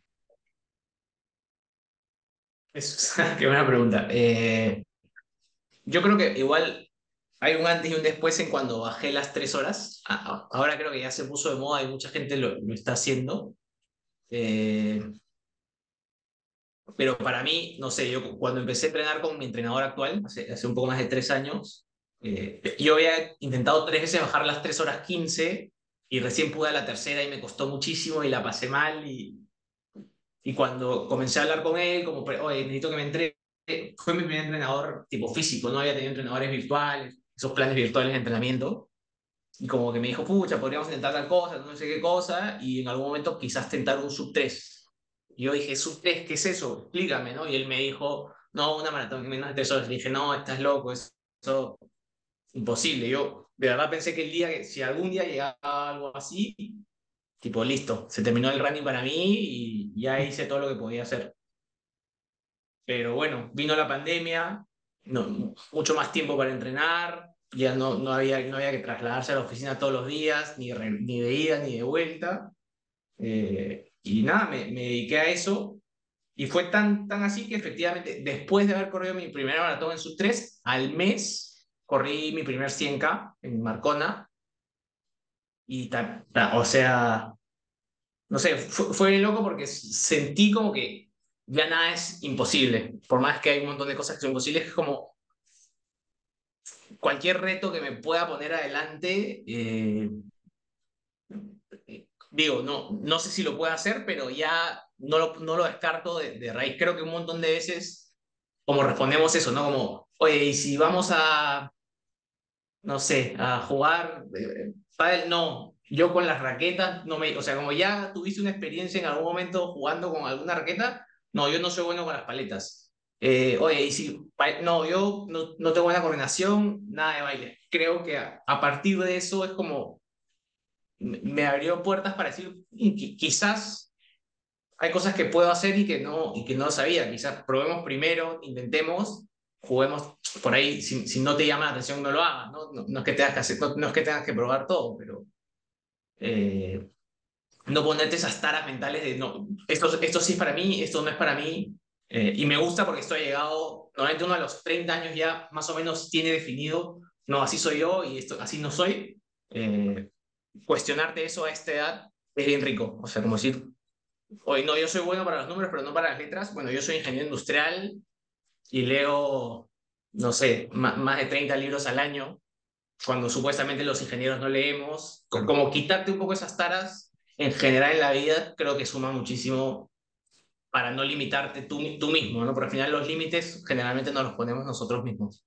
Speaker 1: Es, qué buena pregunta. Eh, yo creo que igual hay un antes y un después en cuando bajé las tres horas. A- a- Ahora creo que ya se puso de moda y mucha gente lo, lo está haciendo. Eh, pero para mí, no sé, yo cuando empecé a entrenar con mi entrenador actual, hace, hace un poco más de tres años, eh, yo había intentado tres veces bajar las tres horas quince y recién pude a la tercera y me costó muchísimo y la pasé mal. Y, y cuando comencé a hablar con él, como, pre- oye, necesito que me entrene, fue mi primer entrenador tipo físico, no había tenido entrenadores virtuales, esos planes virtuales de entrenamiento. Y como que me dijo, pucha, podríamos intentar tal cosa, no sé qué cosa, y en algún momento quizás tentar un sub tres. Y yo dije, sub tres, ¿qué es eso? Explícame, ¿no? Y él me dijo, no, una maratón en menos de tres horas. Le dije, no, estás loco, eso, eso imposible. Yo de verdad pensé que el día que, si algún día llegaba algo así, tipo, listo, se terminó el running para mí y ya hice todo lo que podía hacer. Pero bueno, vino la pandemia, no, mucho más tiempo para entrenar, ya no, no había, no había que trasladarse a la oficina todos los días, ni, re- ni de ida ni de vuelta. Eh, y nada, me, me dediqué a eso. Y fue tan, tan así que efectivamente, después de haber corrido mi primera maratón en sub tres, al mes corrí mi primer cien K en Marcona. Y ta- ta- o sea, no sé, fue, fue loco porque sentí como que ya nada es imposible. Por más que hay un montón de cosas que son imposibles, es como cualquier reto que me pueda poner adelante, eh, digo, no, no sé si lo puedo hacer, pero ya no lo, no lo descarto de, de raíz. Creo que un montón de veces, como respondemos eso, ¿no? Como, oye, ¿y si vamos a, no sé, a jugar eh, pádel? No, yo con las raquetas, no me, o sea, como ya tuviste una experiencia en algún momento jugando con alguna raqueta, no, yo no soy bueno con las paletas. Eh, oye, y si, pa- no, yo no, no tengo buena coordinación, nada de baile. Creo que a, a partir de eso es como, me me abrió puertas para decir, "Mm, qui- quizás hay cosas que puedo hacer y que no, y que no sabía. Quizás probemos primero, intentemos, juguemos por ahí. Si, si no te llama la atención, no lo hagas, ¿no? No, no es que tengas que hacer, no, no es que tengas que probar todo, pero eh, no ponerte esas taras mentales de no, esto, esto sí es para mí, esto no es para mí. Eh, y me gusta porque estoy llegado, normalmente uno a los treinta años ya más o menos tiene definido, no, así soy yo y esto, así no soy. Eh, cuestionarte eso a esta edad es bien rico. O sea, como decir, hoy no, yo soy bueno para los números, pero no para las letras. Bueno, yo soy ingeniero industrial y leo, no sé, ma- más de treinta libros al año, cuando supuestamente los ingenieros no leemos. Co-
Speaker 2: Claro.
Speaker 1: Como quitarte un poco esas taras en general en la vida, creo que suma muchísimo para no limitarte tú, tú mismo, ¿no? Porque al final los límites generalmente nos los ponemos nosotros mismos.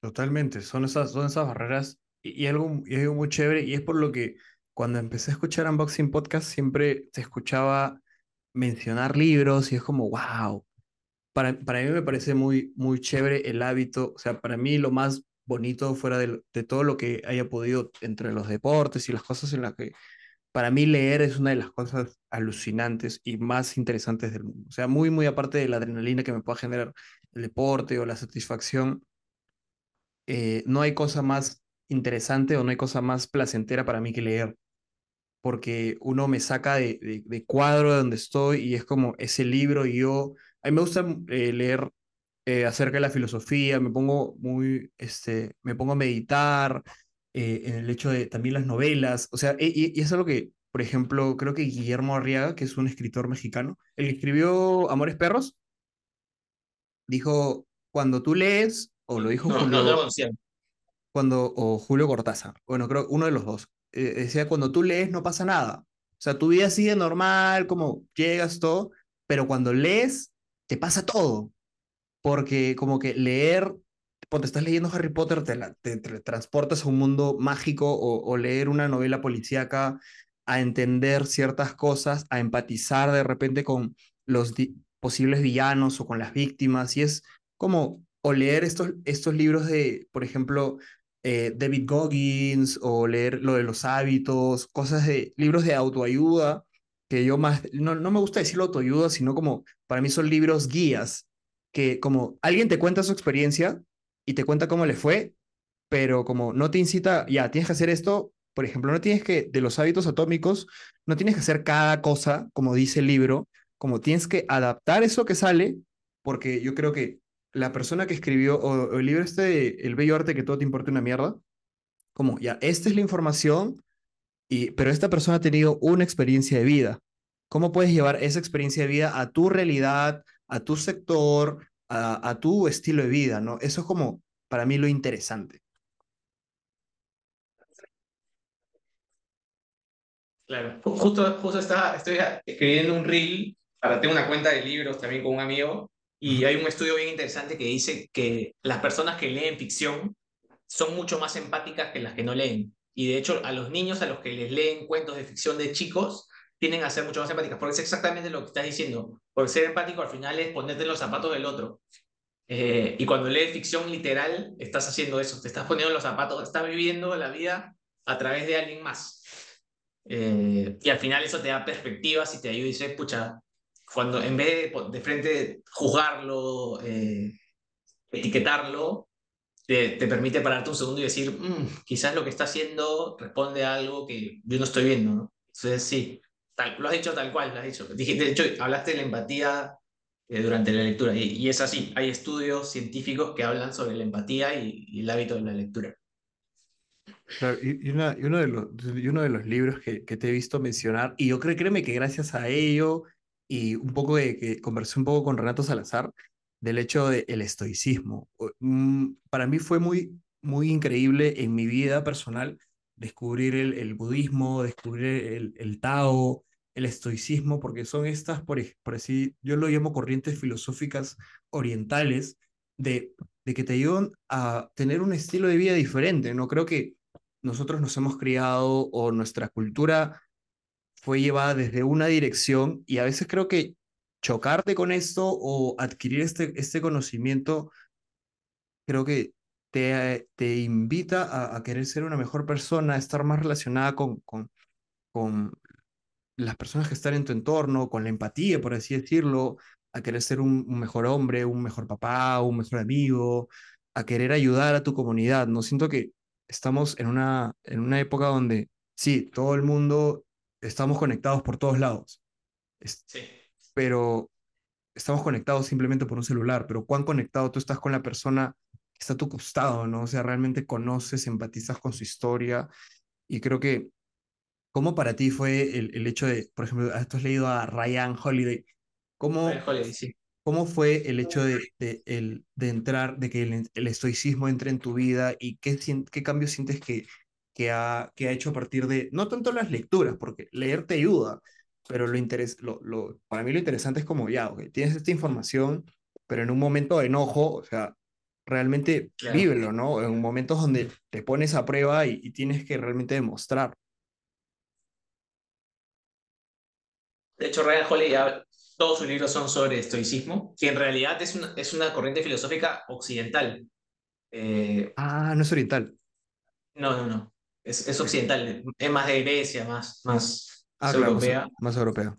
Speaker 2: Totalmente, son esas, son esas barreras y, y algo, y algo muy chévere y es por lo que cuando empecé a escuchar Unboxing Podcast siempre te escuchaba mencionar libros y es como, wow, para, para mí me parece muy, muy chévere el hábito, o sea, para mí lo más bonito fuera de, de todo lo que haya podido entre los deportes y las cosas en las que, para mí leer es una de las cosas alucinantes y más interesantes del mundo, o sea, muy, muy aparte de la adrenalina que me pueda generar el deporte o la satisfacción, eh, no hay cosa más interesante o no hay cosa más placentera para mí que leer, porque uno me saca de, de, de cuadro de donde estoy y es como ese libro y yo, a mí me gusta eh, leer eh, acerca de la filosofía, me pongo muy, este, me pongo a meditar eh, en el hecho de también las novelas, o sea, y, y y eso es lo que, por ejemplo, creo que Guillermo Arriaga, que es un escritor mexicano, el que escribió Amores Perros, dijo, cuando tú lees, o lo dijo
Speaker 1: No, no, no lo
Speaker 2: Julio,
Speaker 1: conocía.
Speaker 2: cuando, o Julio Cortázar, bueno, creo uno de los dos, eh, decía, cuando tú lees no pasa nada. O sea, tu vida sigue normal, como llegas todo, pero cuando lees, te pasa todo porque como que leer, cuando estás leyendo Harry Potter, te, la- te, te transportas a un mundo mágico o, o leer una novela policíaca, a entender ciertas cosas, a empatizar de repente con los di- posibles villanos o con las víctimas, y es como, o leer estos, estos libros de, por ejemplo, eh, David Goggins, o leer lo de los hábitos, cosas de, libros de autoayuda, que yo más, no, no me gusta decirlo autoayuda, sino como, para mí son libros guías que como alguien te cuenta su experiencia y te cuenta cómo le fue, pero como no te incita, ya, tienes que hacer esto, por ejemplo, no tienes que, de los hábitos atómicos, no tienes que hacer cada cosa, como dice el libro, como tienes que adaptar eso que sale, porque yo creo que la persona que escribió, o, o el libro este de El bello arte que todo te importa una mierda, como ya, esta es la información, y, pero esta persona ha tenido una experiencia de vida. ¿Cómo puedes llevar esa experiencia de vida a tu realidad, a tu sector, a, a tu estilo de vida, ¿no? Eso es como para mí lo interesante.
Speaker 1: Claro. Ju- Justo, justo estaba, estoy escribiendo un reel para tengo una cuenta de libros también con un amigo y
Speaker 2: Ujú.
Speaker 1: hay un estudio bien interesante que dice que las personas que leen ficción son mucho más empáticas que las que no leen. Y de hecho, a los niños a los que les leen cuentos de ficción de chicos tienden a ser mucho más empáticas, porque es exactamente lo que estás diciendo. Por ser empático al final es ponerte en los zapatos del otro. Eh, y cuando lees ficción literal, estás haciendo eso, te estás poniendo en los zapatos, estás viviendo la vida a través de alguien más. Eh, y al final eso te da perspectivas y te ayuda y dices, pucha, cuando en vez de po- de frente juzgarlo, eh, etiquetarlo, te, te permite pararte un segundo y decir, "Mm, quizás lo que está haciendo responde a algo que yo no estoy viendo, ¿no?". Entonces, sí, tal, lo has dicho tal cual, lo has dicho. Dije, de hecho, hablaste de la empatía eh, durante la lectura y, y es así, hay estudios científicos que hablan sobre la empatía y, y el hábito de la lectura.
Speaker 2: Claro, y, y una- y uno de los, y uno de los libros que, que te he visto mencionar, y yo creo, créeme que gracias a ello, y un poco de que conversé un poco con Renato Salazar, del hecho del estoicismo. O- mm, Para mí fue muy, muy increíble en mi vida personal descubrir el, el budismo, descubrir el, el Tao, el estoicismo, porque son estas, por, ej- por así, yo lo llamo corrientes filosóficas orientales, de, de que te ayudan a tener un estilo de vida diferente, ¿no? Creo que nosotros nos hemos criado o nuestra cultura fue llevada desde una dirección y a veces creo que chocarte con esto o adquirir este, este conocimiento, creo que te, te invita a, a querer ser una mejor persona, a estar más relacionada con, con, con las personas que están en tu entorno, con la empatía, por así decirlo, a querer ser un, un mejor hombre, un mejor papá, un mejor amigo, a querer ayudar a tu comunidad. No siento que estamos en una, en una época donde sí, todo el mundo estamos conectados por todos lados, es-
Speaker 1: Sí.
Speaker 2: pero estamos conectados simplemente por un celular, pero cuán conectado tú estás con la persona que está a tu costado, ¿no? O sea, realmente conoces, empatizas con su historia y creo que ¿cómo para ti fue el, el hecho de, por ejemplo, tú has leído a Ryan Holiday?
Speaker 1: Ryan
Speaker 2: ¿Cómo,
Speaker 1: Holiday, sí.
Speaker 2: cómo fue el hecho de, de, el, de entrar, de que el, el estoicismo entre en tu vida y qué, sien- qué cambios sientes que, que, ha, que ha hecho a partir de, no tanto las lecturas, porque leer te ayuda, pero lo interes, lo, lo, para mí lo interesante es como, ya, ok, tienes esta información, pero en un momento de enojo, o sea, realmente
Speaker 1: Claro.
Speaker 2: vívelo, ¿no? En momentos donde te pones a prueba y, y tienes que realmente demostrar.
Speaker 1: De hecho, Ryan Holiday, habla- todos sus libros son sobre estoicismo, que en realidad es una, es una corriente filosófica occidental. Eh,
Speaker 2: Ah, no es oriental.
Speaker 1: no, no, no. Es, es
Speaker 2: Ok.
Speaker 1: occidental. Es más de Grecia, más, más, más
Speaker 2: Ah, claro, más,
Speaker 1: europea.
Speaker 2: más europeo.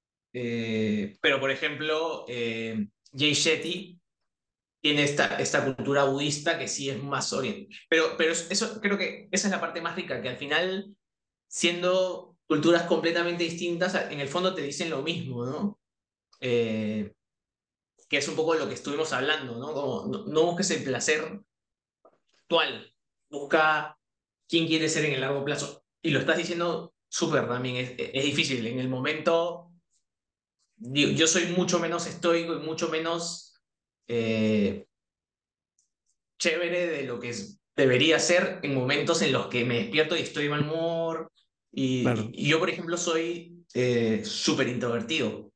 Speaker 1: Eh, pero, por ejemplo, eh, Jay Shetty tiene esta, esta cultura budista que sí es más oriental. Pero, pero eso creo que esa es la parte más rica, que al final, siendo culturas completamente distintas, en el fondo te dicen lo mismo, ¿no? Eh, que es un poco lo que estuvimos hablando, ¿no? Como no, no busques el placer actual, busca quién quiere ser en el largo plazo. Y lo estás diciendo súper también, es, es difícil. En el momento, digo, yo soy mucho menos estoico y mucho menos eh, chévere de lo que es- debería ser en momentos en los que me despierto y estoy de mal humor. Y,
Speaker 2: Claro,
Speaker 1: y yo, por ejemplo, soy eh, súper introvertido.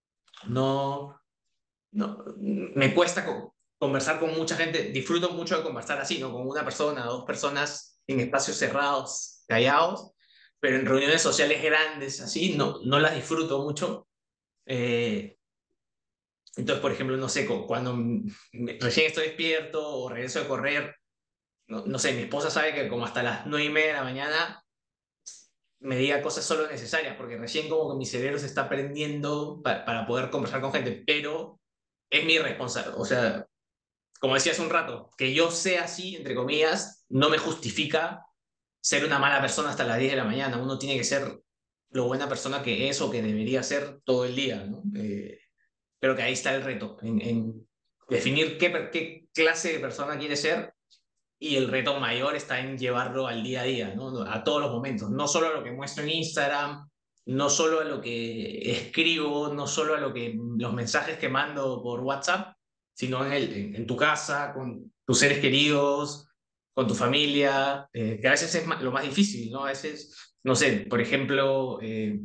Speaker 1: No, no, me cuesta co- conversar con mucha gente. Disfruto mucho de conversar así, ¿no? Con una persona, dos personas en espacios cerrados, callados. Pero en reuniones sociales grandes, así, no, no las disfruto mucho. Eh, entonces, por ejemplo, no sé, cu- cuando me- recién estoy despierto o regreso de correr, no, no sé, mi esposa sabe que como hasta las nueve y media de la mañana me diga cosas solo necesarias, porque recién como que mi cerebro se está prendiendo pa- para poder conversar con gente, pero es mi responsabilidad. O sea, como decía hace un rato, que yo sea así, entre comillas, no me justifica ser una mala persona hasta las diez de la mañana. Uno tiene que ser lo buena persona que es o que debería ser todo el día, ¿no? Eh, creo que ahí está el reto, en, en definir qué, per- qué clase de persona quiere ser y el reto mayor está en llevarlo al día a día, ¿no? A todos los momentos, no solo a lo que muestro en Instagram, no solo a lo que escribo, no solo a lo que, los mensajes que mando por WhatsApp, sino en, el, en, en tu casa, con tus seres queridos, con tu familia, eh, que a veces es ma- lo más difícil, ¿no? A veces, no sé, por ejemplo, eh,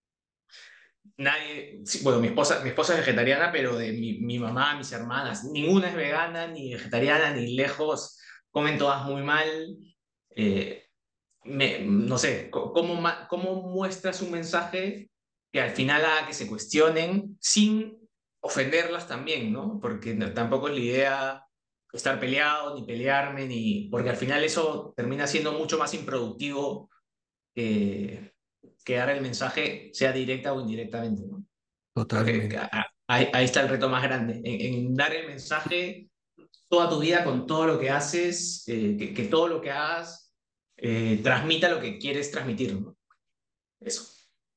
Speaker 1: nadie, sí, bueno, mi esposa, mi esposa es vegetariana, pero de mi, mi mamá, mis hermanas, ninguna es vegana, ni vegetariana, ni lejos, comen todas muy mal. Eh, me- no sé, co- ¿cómo, ma- cómo muestras un mensaje que al final haga que se cuestionen sin ofenderlas también, ¿no? Porque no- tampoco es la idea estar peleado, ni pelearme, ni... Porque al final eso termina siendo mucho más improductivo que, que dar el mensaje, sea directa o indirectamente, ¿no? Creo que que
Speaker 2: totalmente.
Speaker 1: a- ahí, ahí está el reto más grande, en, en dar el mensaje toda tu vida con todo lo que haces, eh, que, que todo lo que hagas eh, transmita lo que quieres transmitir, ¿no? Eso.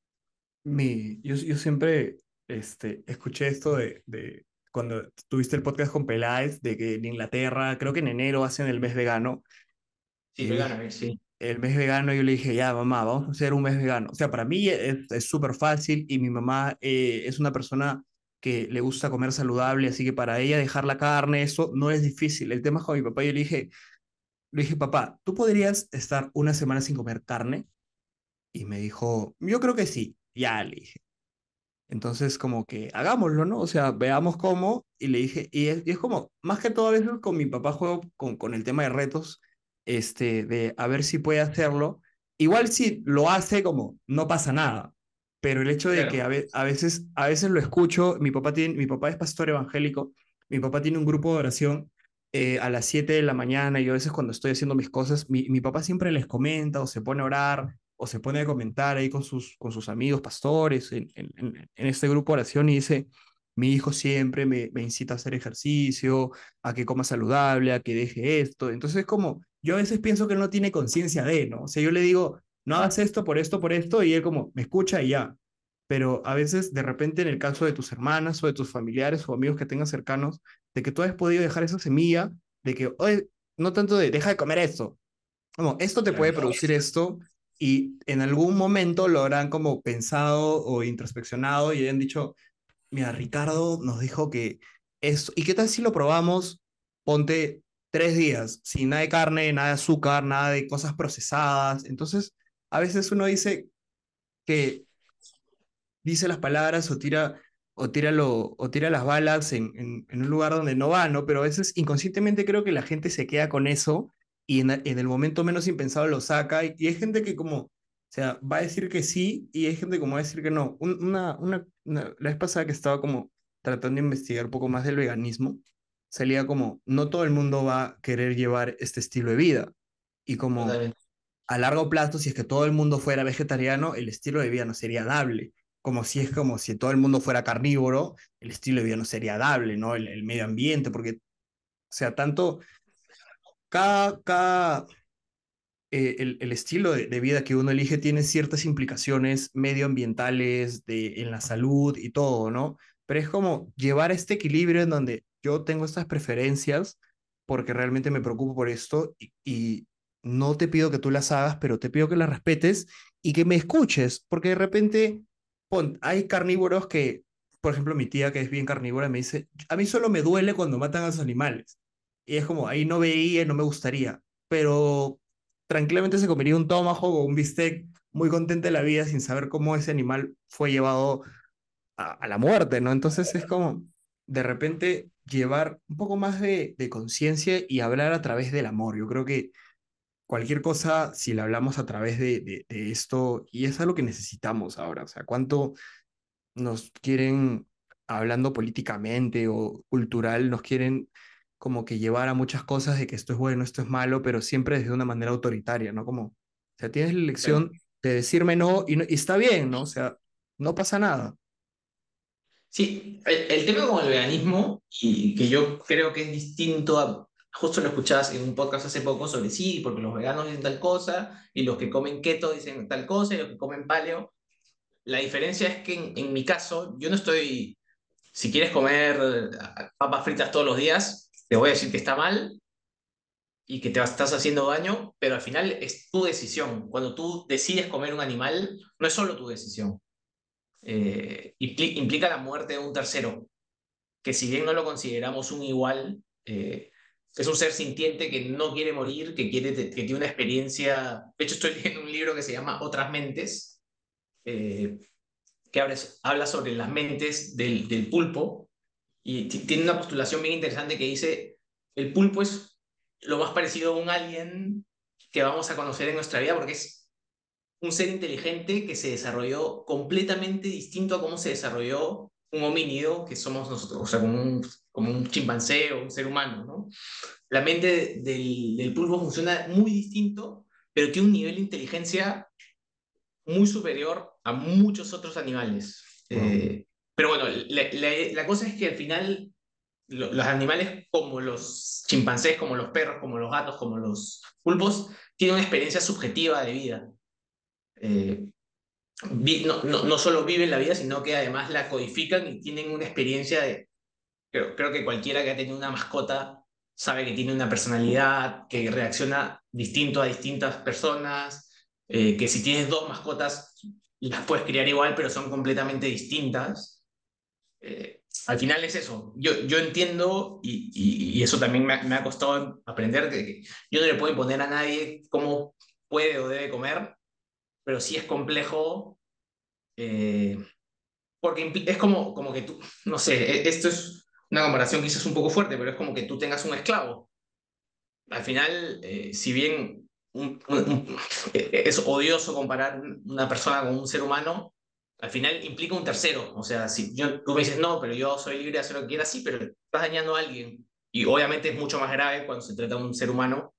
Speaker 2: Mi, yo, yo siempre este, escuché esto de, de cuando tuviste el podcast con Peláez, de que en Inglaterra, creo que en enero hacen el mes vegano,
Speaker 1: Sí,
Speaker 2: y yo
Speaker 1: vegano,
Speaker 2: dije,
Speaker 1: eh, sí.
Speaker 2: el mes vegano, yo le dije, ya, mamá, vamos a hacer un mes vegano. O sea, para mí es es súper fácil y mi mamá eh, es una persona que le gusta comer saludable, así que para ella dejar la carne, eso no es difícil. El tema es con mi papá, yo le dije, le dije, papá, ¿tú podrías estar una semana sin comer carne? Y me dijo, yo creo que sí. Ya, le dije. Entonces, como que hagámoslo, ¿no? O sea, veamos cómo. Y le dije, y es, y es como, más que todo a veces con mi papá juego con, con el tema de retos, este, de a ver si puede hacerlo. Igual si lo hace, como, no pasa nada. Pero el hecho de que
Speaker 1: Claro,
Speaker 2: a, ve- a veces, a veces lo escucho, mi papá tiene, mi papá es pastor evangélico, mi papá tiene un grupo de oración eh, a las siete de la mañana y yo a veces cuando estoy haciendo mis cosas, mi, mi papá siempre les comenta o se pone a orar o se pone a comentar ahí con sus, con sus amigos pastores en, en, en este grupo de oración y dice, mi hijo siempre me, me incita a hacer ejercicio, a que coma saludable, a que deje esto. Entonces, como yo a veces pienso que él no tiene conciencia de, ¿no? O sea, yo le digo, no hagas esto por esto, por esto, y él como me escucha y ya. Pero a veces, de repente, en el caso de tus hermanas o de tus familiares o amigos que tengas cercanos, de que tú has podido dejar esa semilla, de que, oye, no tanto de deja de comer esto, como esto te puede
Speaker 1: claro.
Speaker 2: producir esto y en algún momento lo habrán como pensado o introspeccionado y han dicho, mira, Ricardo nos dijo que esto, ¿y qué tal si lo probamos? Ponte tres días, sin nada de carne, nada de azúcar, nada de cosas procesadas. Entonces, a veces uno dice que dice las palabras o tira o tira, lo, o tira las balas en, en, en un lugar donde no va, ¿no? Pero a veces inconscientemente creo que la gente se queda con eso y en, en el momento menos impensado lo saca y, y hay gente que como, o sea, va a decir que sí y hay gente como va a decir que no. Un- una, una, una- la vez pasada que estaba como tratando de investigar un poco más del veganismo, salía como, no todo el mundo va a querer llevar este estilo de vida. Y como
Speaker 1: Totalmente.
Speaker 2: a largo plazo, si es que todo el mundo fuera vegetariano, el estilo de vida no sería dable. Como si es como si todo el mundo fuera carnívoro, el estilo de vida no sería dable, ¿no? El, el medio ambiente, porque, o sea, tanto cada, cada, eh, el, el estilo de, de vida que uno elige tiene ciertas implicaciones medioambientales, de, en la salud y todo, ¿no? Pero es como llevar este equilibrio en donde yo tengo estas preferencias porque realmente me preocupo por esto y, y no te pido que tú las hagas, pero te pido que las respetes y que me escuches, porque de repente pon, hay carnívoros que, por ejemplo, mi tía que es bien carnívora me dice, a mí solo me duele cuando matan a los animales. Y es como, ahí no veía, no me gustaría, pero tranquilamente se comería un tomahawk o un bistec muy contenta de la vida sin saber cómo ese animal fue llevado a, a la muerte, ¿no? Entonces es como de repente llevar un poco más de, de conciencia y hablar a través del amor. Yo creo que cualquier cosa, si la hablamos a través de, de, de esto, y es algo que necesitamos ahora, o sea, cuánto nos quieren, hablando políticamente o cultural, nos quieren como que llevar a muchas cosas de que esto es bueno, esto es malo, pero siempre desde una manera autoritaria, ¿no? Como, o sea, tienes la
Speaker 1: Claro.
Speaker 2: elección de decirme no y, no, y está bien, ¿no? O sea, no pasa nada.
Speaker 1: Sí, el, el tema con el veganismo, y que yo creo que es distinto a, justo lo escuchabas en un podcast hace poco sobre sí, porque los veganos dicen tal cosa, y los que comen keto dicen tal cosa, y los que comen paleo. La diferencia es que en, en mi caso, yo no estoy, si quieres comer eh, papas fritas todos los días, te voy a decir que está mal y que te estás haciendo daño, pero al final es tu decisión. Cuando tú decides comer un animal, no es solo tu decisión. Eh, impli- implica la muerte de un tercero que si bien no lo consideramos un igual, eh, es un ser sintiente que no quiere morir, que, quiere, que tiene una experiencia. De hecho, estoy leyendo un libro que se llama Otras Mentes, eh, que habla, habla sobre las mentes del, del pulpo, y t- tiene una postulación bien interesante que dice, el pulpo es lo más parecido a un alien que vamos a conocer en nuestra vida porque es un ser inteligente que se desarrolló completamente distinto a cómo se desarrolló un homínido que somos nosotros, o sea, como un, como un chimpancé o un ser humano, ¿no? La mente del, del pulpo funciona muy distinto, pero tiene un nivel de inteligencia muy superior a muchos otros animales.
Speaker 2: Wow.
Speaker 1: Eh, pero bueno, la, la- la cosa es que al final lo- los animales como los chimpancés, como los perros, como los gatos, como los pulpos, tienen una experiencia subjetiva de vida. Eh, vi- no, no, no solo viven la vida, sino que además la codifican y tienen una experiencia de, creo, creo que cualquiera que ha tenido una mascota sabe que tiene una personalidad, que reacciona distinto a distintas personas, eh, que si tienes dos mascotas las puedes criar igual, pero son completamente distintas. Eh, al final es eso. Yo, yo entiendo, y, y- y eso también me ha, me ha costado aprender, que que yo no le puedo imponer a nadie cómo puede o debe comer, pero sí es complejo. eh, Porque impli- es como, como que tú, no sé, e- esto es una comparación quizás un poco fuerte, pero es como que tú tengas un esclavo. Al final, eh, si bien un- un- un- e- es odioso comparar una persona con un ser humano, al final implica un tercero. O sea, si yo, tú me dices, no, pero yo soy libre de hacer lo que quiera, sí, pero estás dañando a alguien. Y obviamente es mucho más grave cuando se trata de un ser humano,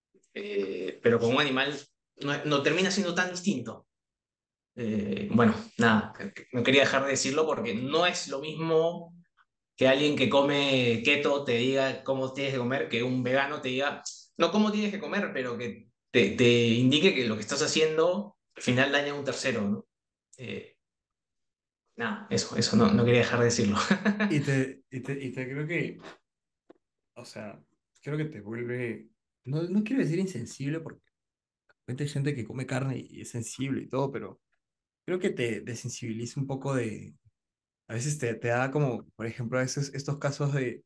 Speaker 1: eh, pero con un animal no, no termina siendo tan distinto. Eh, bueno, nada, no quería dejar de decirlo porque no es lo mismo que alguien que come keto te diga cómo tienes que comer, que un vegano te diga, no cómo tienes que comer, pero que te, te indique que lo que estás haciendo al final daña a un tercero, ¿no? Eh, nada, eso, eso no, no quería dejar de decirlo.
Speaker 2: Y te, y te, y te creo que, o sea, creo que te vuelve, no, no quiero decir insensible porque hay gente que come carne y es sensible y todo, pero creo que te desensibiliza un poco de, a veces te, te da como, por ejemplo, a veces estos casos de,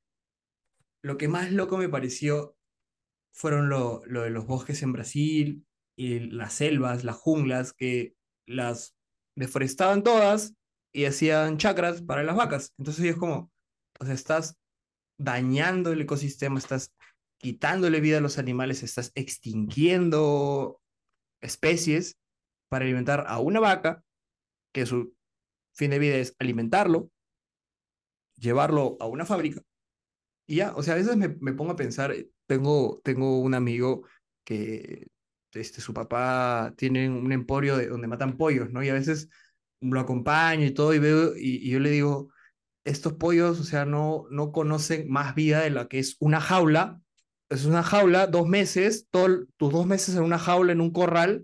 Speaker 2: lo que más loco me pareció fueron lo, lo de los bosques en Brasil y las selvas, las junglas, que las deforestaban todas y hacían chacras para las vacas. Entonces es como, o sea, estás dañando el ecosistema, estás quitándole vida a los animales, estás extinguiendo especies para alimentar a una vaca, que su fin de vida es alimentarlo, llevarlo a una fábrica y ya, o sea, a veces me, me pongo a pensar, eh, tengo, tengo un amigo que este, su papá tiene un emporio de, donde matan pollos, ¿no? Y a veces lo acompaño y todo y veo y, y yo le digo, estos pollos, o sea, no, no conocen más vida de la que es una jaula. Es una jaula, dos meses, todo, tus dos meses en una jaula, en un corral,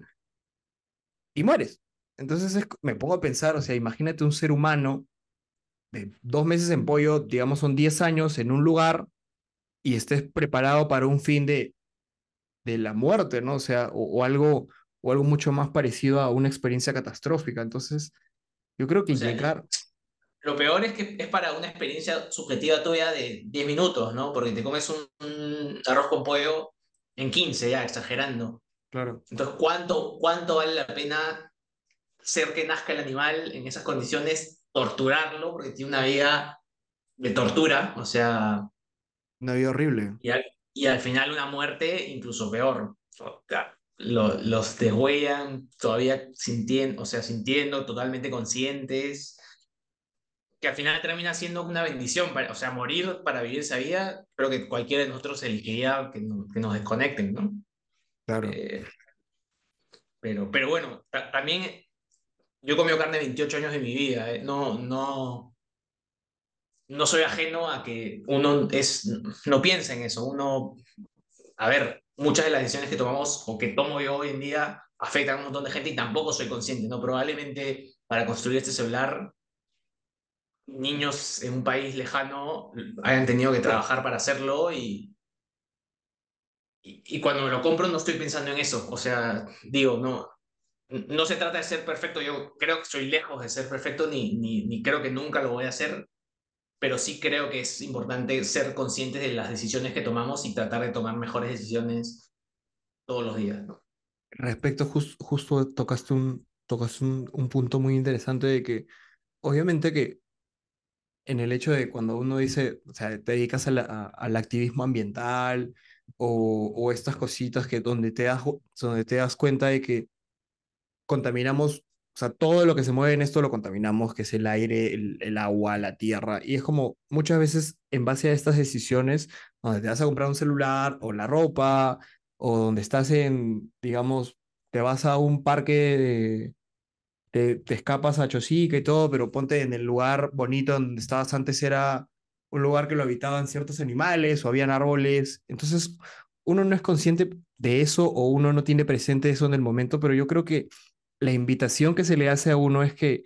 Speaker 2: y mueres. Entonces es- me pongo a pensar, o sea, imagínate un ser humano de dos meses en pollo, digamos son diez años en un lugar y estés preparado para un fin de, de la muerte, ¿no? O sea, o, o algo, o algo mucho más parecido a una experiencia catastrófica. Entonces, yo creo
Speaker 1: O
Speaker 2: que
Speaker 1: sea,
Speaker 2: llegar,
Speaker 1: lo peor es que es para una experiencia subjetiva tuya de diez minutos, ¿no? Porque te comes un, un arroz con pollo en quince ya, exagerando.
Speaker 2: claro,
Speaker 1: Entonces, ¿cuánto, cuánto vale la pena ser que nazca el animal en esas condiciones, torturarlo, porque tiene una vida de tortura, o sea,
Speaker 2: una vida horrible,
Speaker 1: y al, y al final una muerte incluso peor. O sea, lo- los degüellan todavía sintiendo, o sea, sintiendo, totalmente conscientes, que al final termina siendo una bendición, para- o sea, morir para vivir esa vida, creo que cualquiera de nosotros elegiría que, no- que nos desconecten, ¿no?
Speaker 2: claro.
Speaker 1: Eh, pero, pero bueno, ta- también yo he comido carne veintiocho años de mi vida, eh, no, no, no soy ajeno a que uno es, no piensa en eso, uno, a ver, muchas de las decisiones que tomamos o que tomo yo hoy en día afectan a un montón de gente y tampoco soy consciente, ¿no? Probablemente para construir este celular, niños en un país lejano hayan tenido que trabajar para hacerlo y, y, y cuando me lo compro no estoy pensando en eso, o sea, digo, no, no se trata de ser perfecto, yo creo que estoy lejos de ser perfecto ni, ni, ni creo que nunca lo voy a hacer, pero sí creo que es importante ser conscientes de las decisiones que tomamos y tratar de tomar mejores decisiones todos los días, ¿no?
Speaker 2: Respecto, jus- justo tocaste un, tocaste un, un punto muy interesante de que, obviamente que en el hecho de cuando uno dice, o sea, te dedicas a la- a- al activismo ambiental o, o estas cositas que donde te das, donde te das cuenta de que contaminamos, o sea, todo lo que se mueve en esto lo contaminamos, que es el aire, el, el agua, la tierra, y es como muchas veces en base a estas decisiones, donde te vas a comprar un celular o la ropa, o donde estás en, digamos, te vas a un parque te, te escapas a Chosica y todo, pero ponte en el lugar bonito donde estabas antes era un lugar que lo habitaban ciertos animales o habían árboles. Entonces, uno no es consciente de eso o uno no tiene presente eso en el momento, pero yo creo que la invitación que se le hace a uno es que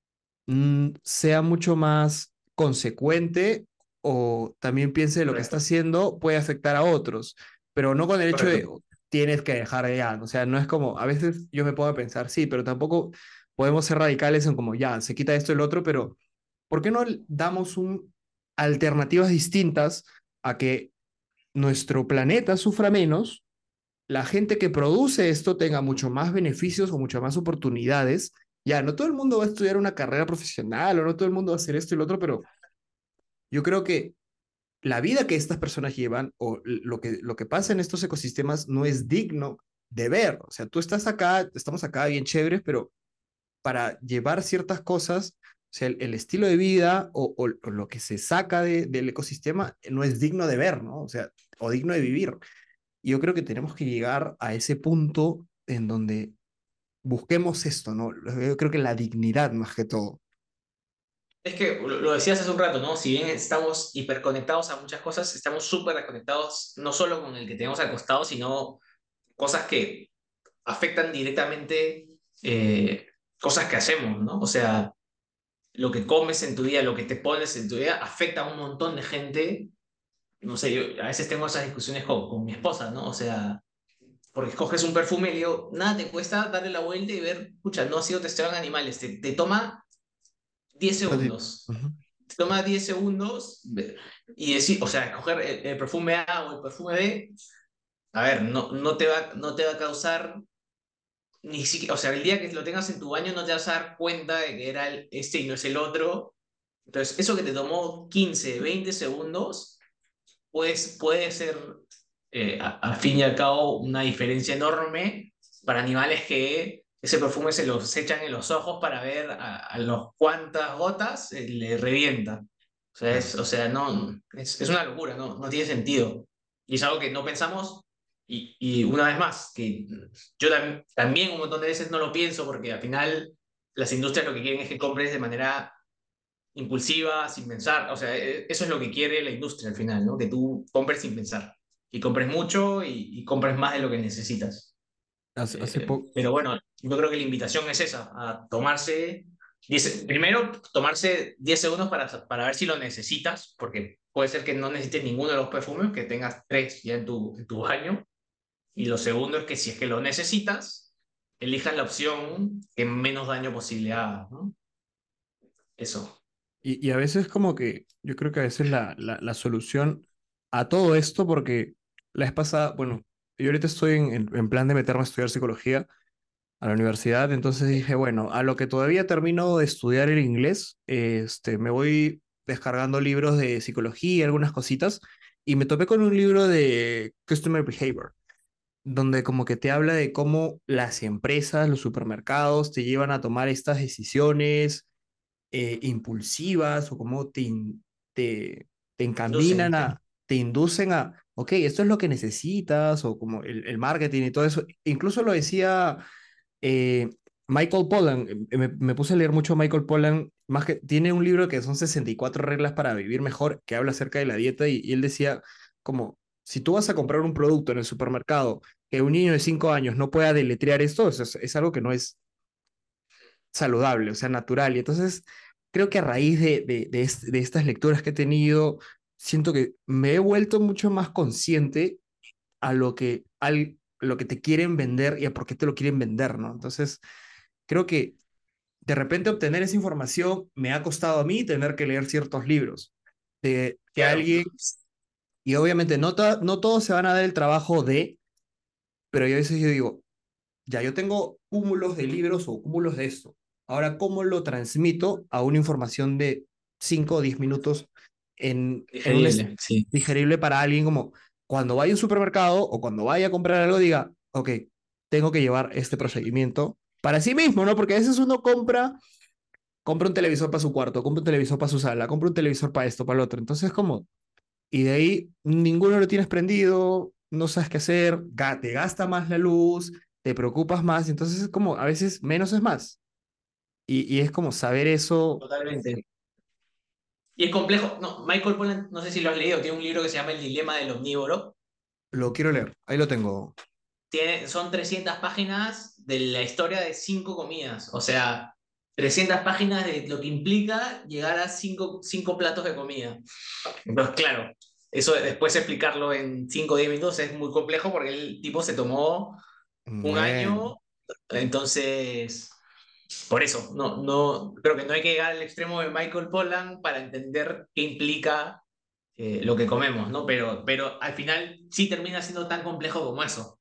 Speaker 2: mm, sea mucho más consecuente o también piense de lo que está
Speaker 1: Correcto,
Speaker 2: haciendo puede afectar a otros, pero no con el hecho
Speaker 1: correcto.
Speaker 2: de tienes que dejar de ya, o sea, no es como, a veces yo me puedo pensar, sí, pero tampoco podemos ser radicales en como ya, se quita esto y el otro, pero ¿por qué no damos un, alternativas distintas a que nuestro planeta sufra menos, la gente que produce esto tenga mucho más beneficios o muchas más oportunidades? Ya, no todo el mundo va a estudiar una carrera profesional o no todo el mundo va a hacer esto y lo otro, pero yo creo que la vida que estas personas llevan o lo que, lo que pasa en estos ecosistemas no es digno de ver. O sea, tú estás acá, estamos acá bien chéveres, pero para llevar ciertas cosas, o sea, el, el estilo de vida o, o, o lo que se saca de, del ecosistema no es digno de ver, ¿no? O sea, o digno de vivir. Y yo creo que tenemos que llegar a ese punto en donde busquemos esto, ¿no? Yo creo que la dignidad más que todo.
Speaker 1: Es que lo lo decías hace un rato, ¿no? Si bien estamos hiperconectados a muchas cosas, estamos súper desconectados no solo con el que tenemos al costado, sino cosas que afectan directamente eh, cosas que hacemos, ¿no? O sea, lo que comes en tu día, lo que te pones en tu día, afecta a un montón de gente. No sé, yo a veces tengo esas discusiones con, con mi esposa, ¿no? O sea, porque coges un perfume y le digo, nada, te cuesta darle la vuelta y ver, escucha, no ha sido testeado en animales, te, te toma diez segundos.
Speaker 2: Ujú.
Speaker 1: Te toma diez segundos y decir, o sea, escoger el, el perfume A o el perfume B, a ver, no, no te va, no te va a causar ni siquiera, o sea, el día que lo tengas en tu baño no te vas a dar cuenta de que era el- este y no es el otro. Entonces, eso que te tomó quince veinte segundos, pues puede ser, eh, a, a fin y al cabo, una diferencia enorme para animales que ese perfume se los echan en los ojos para ver a, a los cuántas gotas eh, le revienta. O sea,
Speaker 2: Claro.
Speaker 1: es, o sea, no, es, es una locura, no, no tiene sentido. Y es algo que no pensamos, y, y una vez más, que yo tam- también un montón de veces no lo pienso porque al final las industrias lo que quieren es que compres de manera impulsiva, sin pensar. O sea, e- eso es lo que quiere la industria al final, ¿no? Que tú compres sin pensar. Y compres mucho y, y compres más de lo que necesitas.
Speaker 2: Hace, hace
Speaker 1: Eh,
Speaker 2: poco,
Speaker 1: pero bueno, yo creo que la invitación es esa, a tomarse diez primero, tomarse diez segundos para, para ver si lo necesitas, porque puede ser que no necesites ninguno de los perfumes, que tengas tres ya en tu, en tu baño. Y lo segundo es que si es que lo necesitas, elijas la opción que menos daño posible haga, ¿no? Eso.
Speaker 2: y, y a veces como que yo creo que a veces la, la, la solución a todo esto, porque la vez pasada, bueno, yo ahorita estoy en, en, en plan de meterme a estudiar psicología a la universidad, entonces dije, bueno, a lo que todavía termino de estudiar el inglés, este, me voy descargando libros de psicología, algunas cositas, y me topé con un libro de Customer Behavior, donde como que te habla de cómo las empresas, los supermercados te llevan a tomar estas decisiones eh, impulsivas o cómo te, in- te, te encaminan
Speaker 1: Inducen.
Speaker 2: a, te inducen a, ok, esto es lo que necesitas, o como el, el marketing y todo eso. Incluso lo decía eh, Michael Pollan, eh, me, me puse a leer mucho a Michael Pollan, más que tiene un libro que son sesenta y cuatro reglas para vivir mejor, que habla acerca de la dieta y, y él decía como, si tú vas a comprar un producto en el supermercado que un niño de cinco años no pueda deletrear esto, eso es, es algo que no es saludable, o sea, natural. Y entonces creo que a raíz de, de, de, est- de estas lecturas que he tenido, siento que me he vuelto mucho más consciente a lo que, al, lo que te quieren vender y a por qué te lo quieren vender, ¿no? Entonces, creo que de repente obtener esa información me ha costado a mí tener que leer ciertos libros, de que
Speaker 1: Claro.
Speaker 2: alguien, y obviamente no, to- no todos se van a dar el trabajo de, pero yo a veces yo digo, ya yo tengo cúmulos de libros o cúmulos de esto. Ahora, ¿cómo lo transmito a una información de cinco o diez minutos en, en un es-
Speaker 1: Digerible, sí.
Speaker 2: digerible para alguien como cuando vaya a un supermercado o cuando vaya a comprar algo, diga, ok, tengo que llevar este procedimiento para sí mismo, ¿no? Porque a veces uno compra, compra un televisor para su cuarto, compra un televisor para su sala, compra un televisor para esto, para lo otro. Entonces, como, y de ahí ninguno lo tienes prendido, no sabes qué hacer, ga- te gasta más la luz, te preocupas más, entonces es como a veces menos es más. Y, y es como saber eso,
Speaker 1: Totalmente. Y es complejo. No, Michael Pollan, no sé si lo has leído, tiene un libro que se llama El dilema del omnívoro.
Speaker 2: lo quiero leer, ahí lo tengo.
Speaker 1: Tiene, son trescientas páginas de la historia de cinco comidas. O sea, trescientas páginas de lo que implica llegar a cinco, cinco platos de comida. Entonces, claro, eso de después explicarlo en cinco o diez minutos es muy complejo porque el tipo se tomó un
Speaker 2: Bueno,
Speaker 1: año. Entonces, por eso, no, no, creo que no hay que llegar al extremo de Michael Pollan para entender qué implica eh, lo que comemos, ¿no? Pero, pero al final sí termina siendo tan complejo como eso.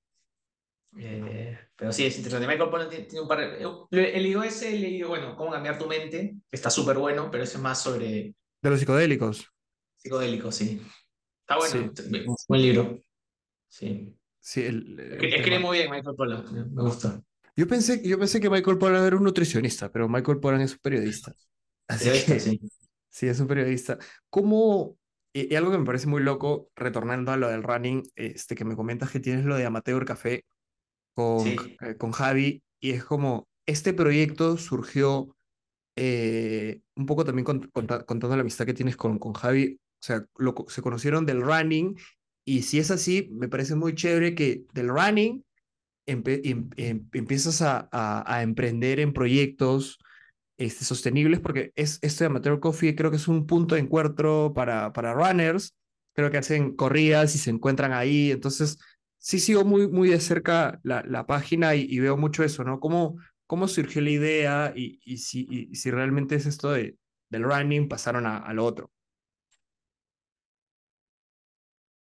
Speaker 1: Eh, pero sí, es interesante. Michael Pollan tiene, tiene un par de... El iOS he leído, bueno, cómo cambiar tu mente, que está súper bueno, pero eso es más sobre
Speaker 2: de los psicodélicos.
Speaker 1: psicodélico, sí. Está bueno,
Speaker 2: Sí,
Speaker 1: buen libro. Sí.
Speaker 2: sí, el, el
Speaker 1: Escri- Escribe
Speaker 2: tema.
Speaker 1: muy bien Michael Pollan, me me gusta.
Speaker 2: Yo pensé, yo pensé que Michael Pollan era un nutricionista, pero Michael Pollan es un periodista. Así
Speaker 1: Periodista,
Speaker 2: que
Speaker 1: sí.
Speaker 2: sí, es un periodista. ¿Cómo? Y, y algo que me parece muy loco, retornando a lo del running, este, que me comentas que tienes lo de Amateur Café con,
Speaker 1: Sí.
Speaker 2: eh, con Javi, y es como, este proyecto surgió eh, un poco también cont- conta- contando la amistad que tienes con, con Javi, o sea, lo co- se conocieron del running, y si es así, me parece muy chévere que del running empe- em- em- empiezas a, a, a emprender en proyectos este, sostenibles, porque es, este Amateur Coffee creo que es un punto de encuentro para, para runners, creo que hacen corridas y se encuentran ahí, entonces sí sigo muy, muy de cerca la, la página y, y veo mucho eso, ¿no? ¿Cómo, cómo surgió la idea y, y, si, y si realmente es esto de, del running, pasaron a, a lo otro?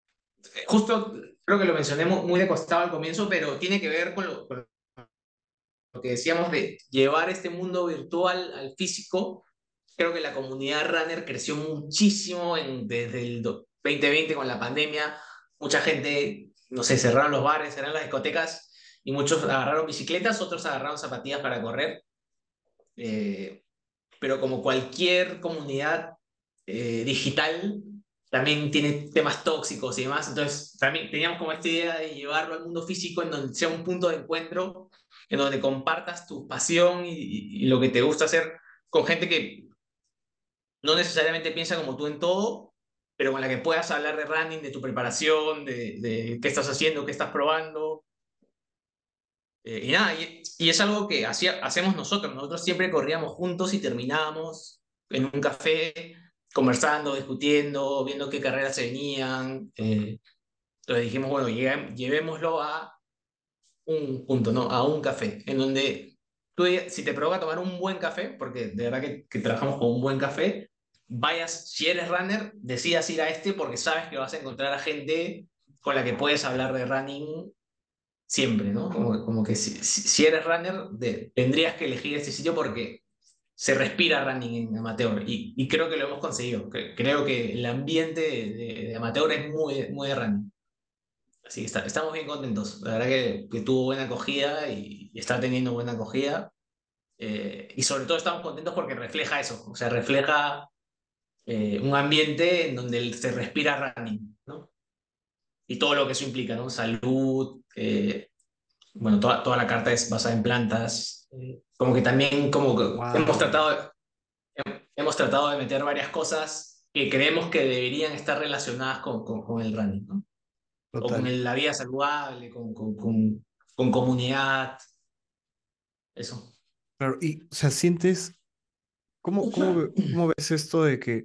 Speaker 1: Justo creo que lo mencioné mu- muy de costado al comienzo, pero tiene que ver con lo, con que decíamos de llevar este mundo virtual al físico, creo que la comunidad runner creció muchísimo en, desde el do- dos mil veinte con la pandemia. Mucha gente, no sé, cerraron los bares, cerraron las discotecas y muchos agarraron bicicletas, otros agarraron zapatillas para correr. Eh, pero como cualquier comunidad eh, digital, también tiene temas tóxicos y demás. Entonces, también teníamos como esta idea de llevarlo al mundo físico en donde sea un punto de encuentro, en donde compartas tu pasión y, y- y lo que te gusta hacer con gente que no necesariamente piensa como tú en todo, pero con la que puedas hablar de running, de tu preparación, de, de qué estás haciendo, qué estás probando. Eh, y nada, y, y es algo que hacía, hacemos nosotros. Nosotros siempre corríamos juntos y terminábamos en un café, conversando, discutiendo, viendo qué carreras se venían. Eh, entonces dijimos, bueno, llegue- llevémoslo a un punto, ¿no? A un café, en donde tú, digas- si te provoca tomar un buen café, porque de verdad que, que trabajamos con un buen café, vayas, si eres runner, decidas ir a este porque sabes que vas a encontrar a gente con la que puedes hablar de running siempre, ¿no? Como, como que si, si- si eres runner, de- tendrías que elegir este sitio porque se respira running en amateur y, y creo que lo hemos conseguido. Cre- Creo que el ambiente de, de- de amateur es muy, muy de running. Así que está- estamos bien contentos. La verdad que, que tuvo buena acogida y, y está teniendo buena acogida. Eh, y sobre todo estamos contentos porque refleja eso, o sea, refleja eh, un ambiente en donde se respira running, ¿no? Y todo lo que eso implica, ¿no? Salud, eh, bueno, toda, toda la carta es basada en plantas. Eh, como que también como que hemos
Speaker 2: Wow,
Speaker 1: tratado, hemos tratado de meter varias cosas que creemos que deberían estar relacionadas con, con, con el running, ¿no? O con
Speaker 2: total.
Speaker 1: el- la vida saludable, con, con, con, con comunidad, eso.
Speaker 2: Claro, y, o sea, sientes, ¿cómo, cómo, ve- cómo ves esto de que,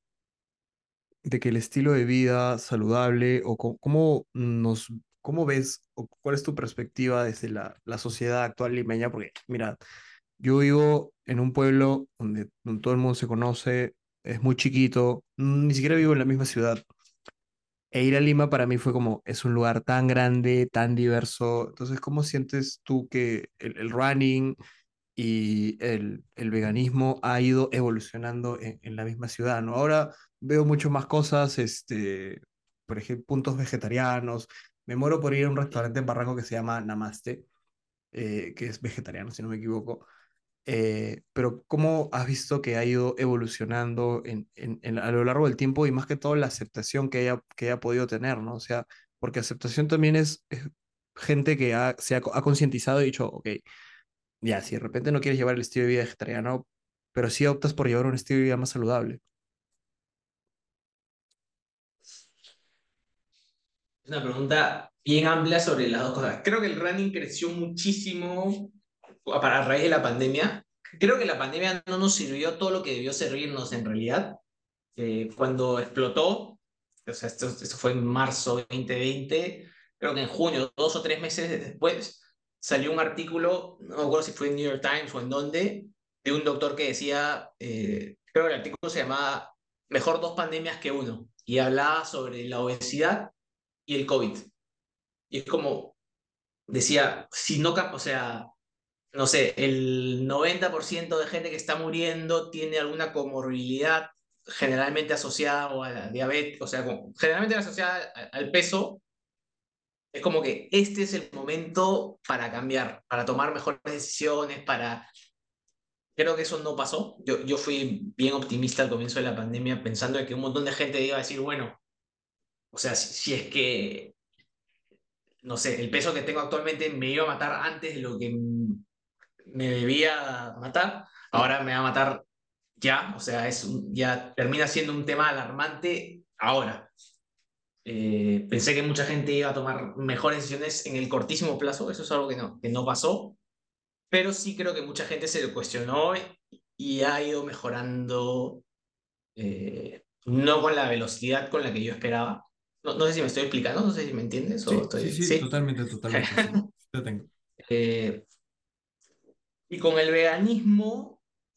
Speaker 2: de que el estilo de vida saludable, o co- cómo nos, cómo ves, o cuál es tu perspectiva desde la, la sociedad actual limeña? Porque, mira, yo vivo en un pueblo donde, donde todo el mundo se conoce, es muy chiquito, mm, ni siquiera vivo en la misma ciudad. E ir a Lima para mí fue como, es un lugar tan grande, tan diverso. Entonces, ¿cómo sientes tú que el, el running y el, el veganismo ha ido evolucionando en, en la misma ciudad, ¿no? Ahora veo mucho más cosas, este, por ejemplo, puntos vegetarianos. Me muero por ir a un restaurante en Barranco que se llama Namaste, eh, que es vegetariano, si no me equivoco. Eh, pero ¿cómo has visto que ha ido evolucionando en, en- en- a lo largo del tiempo y más que todo la aceptación que haya, que haya podido tener, ¿no? O sea, porque aceptación también es, es gente que ha, se ha, ha concientizado y dicho, ok, ya, si de repente no quieres llevar el estilo de vida vegetariano, pero sí optas por llevar un estilo de vida más saludable.
Speaker 1: Es una pregunta bien amplia sobre las dos cosas. Creo que el running creció muchísimo para a raíz de la pandemia. Creo que la pandemia no nos sirvió todo lo que debió servirnos en realidad. Eh, cuando explotó, o sea, esto, esto fue en marzo dos mil veinte, creo que en junio, dos o tres meses después, salió un artículo, no me acuerdo si fue en New York Times o en dónde, de un doctor que decía, eh, creo que el artículo se llamaba Mejor dos pandemias que uno, y hablaba sobre la obesidad y el COVID. Y es como, decía, si no, cap- o sea, no sé, el noventa por ciento de gente que está muriendo tiene alguna comorbilidad generalmente asociada o a la diabetes, o sea, como- generalmente asociada a- al peso. Es como que este es el momento para cambiar, para tomar mejores decisiones, para... Creo que eso no pasó. Yo, yo fui bien optimista al comienzo de la pandemia pensando en que un montón de gente iba a decir, bueno, o sea, si, si es que, no sé, el peso que tengo actualmente me iba a matar antes de lo que me debía matar, ahora me va a matar ya, o sea, es un- ya termina siendo un tema alarmante ahora. Eh, pensé que mucha gente iba a tomar mejores decisiones en el cortísimo plazo, eso es algo que no, que no pasó, pero sí creo que mucha gente se lo cuestionó y, y ha ido mejorando, eh, no con la velocidad con la que yo esperaba. No, no sé si me estoy explicando, no sé si me entiendes o
Speaker 2: Sí, sí,
Speaker 1: estoy...
Speaker 2: sí,
Speaker 1: Sí.
Speaker 2: totalmente, totalmente, sí. Te tengo.
Speaker 1: Eh, y con el veganismo...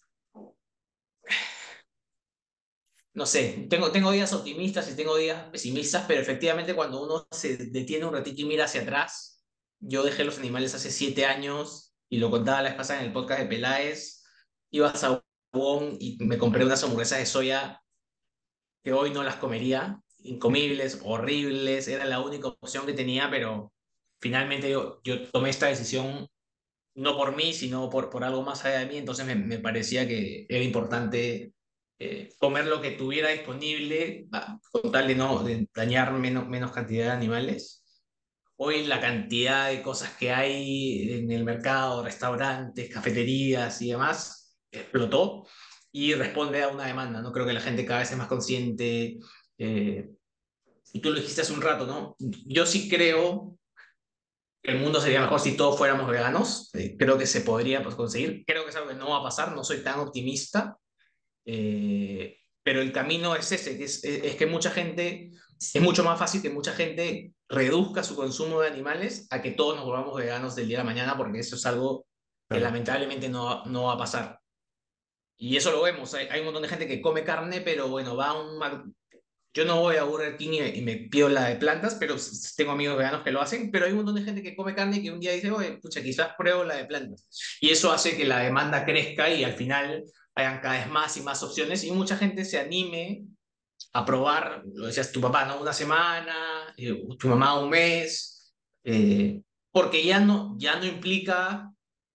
Speaker 1: No sé, tengo, tengo días optimistas y tengo días pesimistas, pero efectivamente cuando uno se detiene un ratito y mira hacia atrás, yo dejé los animales hace siete años, y lo contaba la vez pasada en el podcast de Peláez, ibas a Wong y me compré unas hamburguesas de soya que hoy no las comería, incomibles, horribles, era la única opción que tenía, pero finalmente yo, yo tomé esta decisión no por mí, sino por, por algo más allá de mí, entonces me, me parecía que era importante eh, comer lo que tuviera disponible, ah, con tal de no de dañar menos, menos cantidad de animales. Hoy la cantidad de cosas que hay en el mercado, restaurantes, cafeterías y demás, explotó y responde a una demanda, ¿no? Creo que la gente cada vez es más consciente. eh, y tú lo dijiste hace un rato, ¿no? Yo sí creo que el mundo sería mejor si todos fuéramos veganos. Eh, creo que se podría, pues, conseguir. Creo que es algo que no va a pasar, no soy tan optimista. eh, pero el camino es ese, que es, es que mucha gente, es mucho más fácil que mucha gente reduzca su consumo de animales a que todos nos volvamos veganos del día de la mañana, porque eso es algo que
Speaker 2: Claro.
Speaker 1: lamentablemente no, no va a pasar. Y eso lo vemos, hay, hay un montón de gente que come carne, pero bueno, va a un, Mac- yo no voy a Burger King y, y me pido la de plantas, pero s- tengo amigos veganos que lo hacen, pero hay un montón de gente que come carne y que un día dice, oye, pucha, quizás pruebo la de plantas. Y eso hace que la demanda crezca y al final hayan cada vez más y más opciones y mucha gente se anime a probar, lo decías tu papá, ¿no? Una semana, eh, tu mamá un mes, eh, porque ya no, ya no implica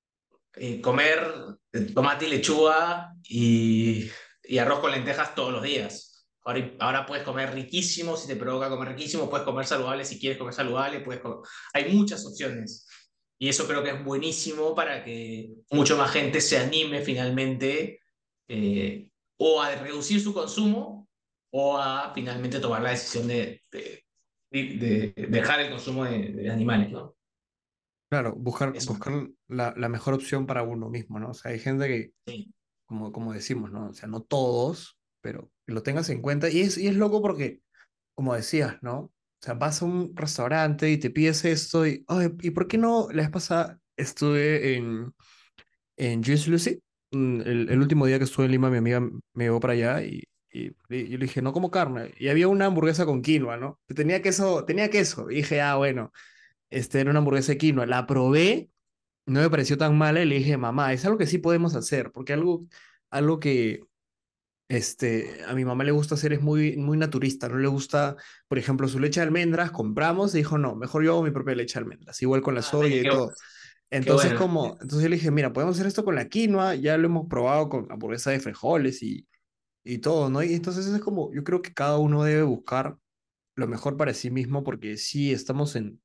Speaker 1: eh, comer eh, tomate y lechuga y, y arroz con lentejas todos los días. Ahora, ahora puedes comer riquísimo si te provoca comer riquísimo, puedes comer saludable si quieres comer saludable, puedes comer... hay muchas opciones. Y eso creo que es buenísimo para que mucho más gente se anime finalmente eh, o a reducir su consumo o a finalmente tomar la decisión de, de, de- de dejar el consumo de, de animales, ¿no?
Speaker 2: Claro, buscar,
Speaker 1: Eso.
Speaker 2: buscar la, la mejor opción para uno mismo, ¿no? O sea, hay gente que,
Speaker 1: Sí,
Speaker 2: como, como decimos, ¿no? O sea, no todos, pero que lo tengas en cuenta. Y es, y es loco porque, como decías, ¿no? O sea, vas a un restaurante y te pides esto y, ay, ¿y por qué no? La vez pasada estuve en, en Juice Lucy. mm, El, el último día que estuve en Lima, mi amiga me llevó para allá y, y, y yo le dije, no como carne. Y había una hamburguesa con quinoa, ¿no? Tenía queso, tenía queso. Y dije, ah, bueno, este era una hamburguesa de quinoa. La probé, no me pareció tan mala y le dije, mamá, es algo que sí podemos hacer, porque algo, algo que este, a mi mamá le gusta hacer es muy, muy naturista, no le gusta, por ejemplo, su leche de almendras, compramos y dijo, no, mejor yo hago mi propia leche de almendras, igual con la
Speaker 1: ah,
Speaker 2: soya
Speaker 1: mira,
Speaker 2: y
Speaker 1: qué,
Speaker 2: todo.
Speaker 1: qué
Speaker 2: Entonces,
Speaker 1: bueno.
Speaker 2: como, entonces yo le dije, mira, podemos hacer esto con la quinoa, ya lo hemos probado con hamburguesa de frijoles y, y todo, ¿no? Y entonces es como, yo creo que cada uno debe buscar lo mejor para sí mismo, porque sí estamos en,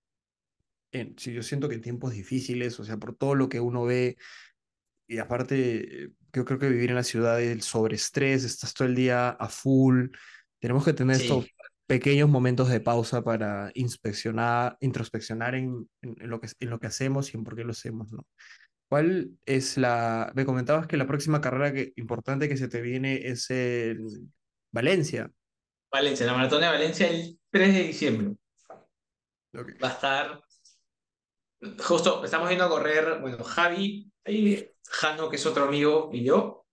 Speaker 2: en sí, yo siento que en tiempos difíciles, o sea, por todo lo que uno ve y aparte, eh, yo creo que vivir en la ciudad, el sobreestrés, estás todo el día a full. Tenemos que tener estos
Speaker 1: Sí.
Speaker 2: pequeños momentos de pausa para inspeccionar, introspeccionar en, en- en lo que, en lo que hacemos y en por qué lo hacemos, ¿no? ¿Cuál es la... Me comentabas que la próxima carrera que, importante que se te viene es en Valencia.
Speaker 1: Valencia, la maratón de Valencia el tres de diciembre.
Speaker 2: Ok.
Speaker 1: Va a estar, justo, estamos yendo a correr, bueno, Javi, eh, Jano, que es otro amigo, y yo.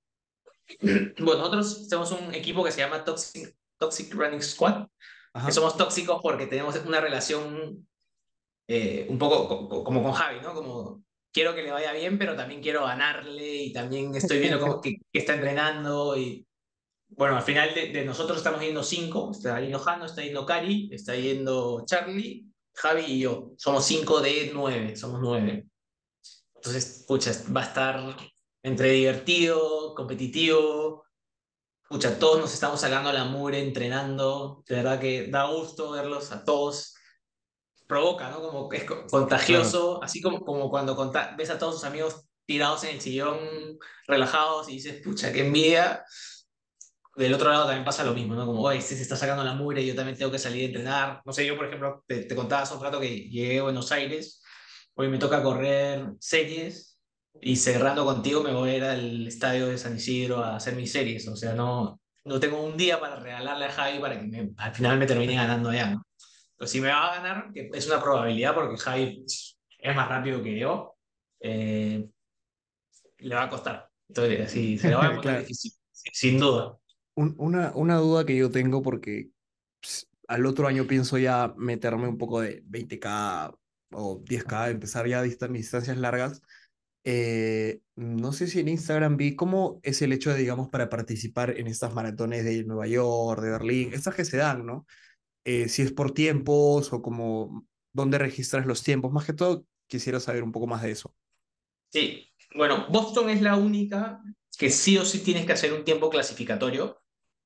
Speaker 1: Bueno, nosotros somos un equipo que se llama Toxic, Toxic Running Squad, que
Speaker 2: Ajá.
Speaker 1: somos tóxicos porque tenemos una relación eh, un poco co- co- como con Javi, ¿no? Como quiero que le vaya bien, pero también quiero ganarle y también estoy viendo cómo, que, que está entrenando y bueno, al final de, de nosotros estamos yendo cinco. Está yendo Jano, está yendo Cari, está yendo Charlie, Javi y yo. Somos cinco de nueve, somos nueve. Entonces, pucha, va a estar entre divertido, competitivo. Pucha, todos nos estamos sacando la mugre entrenando. De verdad que da gusto verlos a todos. Provoca, ¿no? Como que es co-
Speaker 2: Claro,
Speaker 1: contagioso, así como, como cuando conta- ves a todos tus amigos tirados en el sillón, relajados y dices, pucha, qué envidia. Del otro lado también pasa lo mismo, ¿no? Como, oye, este se está sacando la mugre y yo también tengo que salir a entrenar. No sé, yo, por ejemplo, te, te contaba hace un rato que llegué a Buenos Aires, hoy me toca correr series y cerrando contigo me voy a ir al estadio de San Isidro a hacer mis series. O sea, no, no tengo un día para regalarle a Javi para que me- al final me termine ganando allá, ¿no? Pero si me va a ganar, que es una probabilidad porque Javi es más rápido que yo, eh, le va a costar. Entonces, sí, se le va a poner
Speaker 2: claro.
Speaker 1: difícil, sin duda.
Speaker 2: Un- una, una duda que yo tengo porque ps, al otro año pienso ya meterme un poco de veinte k o diez k, empezar ya a dista- mis distancias largas. Eh, no sé si en Instagram vi cómo es el hecho de, digamos, para participar en estas maratones de Nueva York, de Berlín, estas que se dan, ¿no? Eh, si es por tiempos o como dónde registras los tiempos. Más que todo, quisiera saber un poco más de eso.
Speaker 1: Sí, bueno, Boston es la única que sí o sí tienes que hacer un tiempo clasificatorio.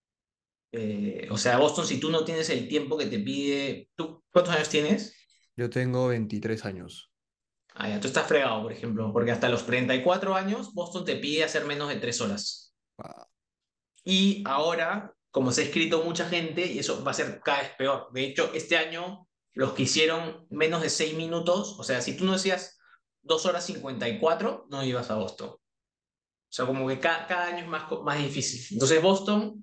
Speaker 1: Eh, o sea, Boston, si tú no tienes el tiempo que te pide, ¿tú cuántos años tienes?
Speaker 2: Yo tengo veintitrés años.
Speaker 1: Ah, ya, tú estás fregado, por ejemplo, porque hasta los treinta y cuatro años Boston te pide hacer menos de tres horas.
Speaker 2: Wow.
Speaker 1: Y ahora, como se ha escrito mucha gente, y eso va a ser cada vez peor. De hecho, este año los que hicieron menos de seis minutos, o sea, si tú no decías dos horas cincuenta y cuatro, no ibas a Boston. O sea, como que cada, cada año es más, co- más difícil. Entonces, Boston,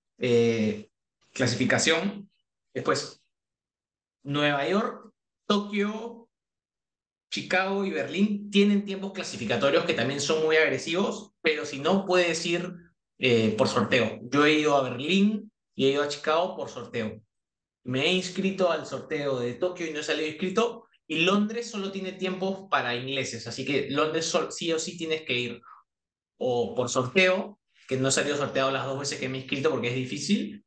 Speaker 1: eh, clasificación, después Nueva York, Tokio, Chicago y Berlín tienen tiempos clasificatorios que también son muy agresivos, pero si no, puedes ir eh, por sorteo. Yo he ido a Berlín y he ido a Chicago por sorteo. Me he inscrito al sorteo de Tokio y no he salido inscrito. Y Londres solo tiene tiempos para ingleses, así que Londres sol- sí o sí tienes que ir o por sorteo, que no he salido sorteado las dos veces que me he inscrito porque es difícil,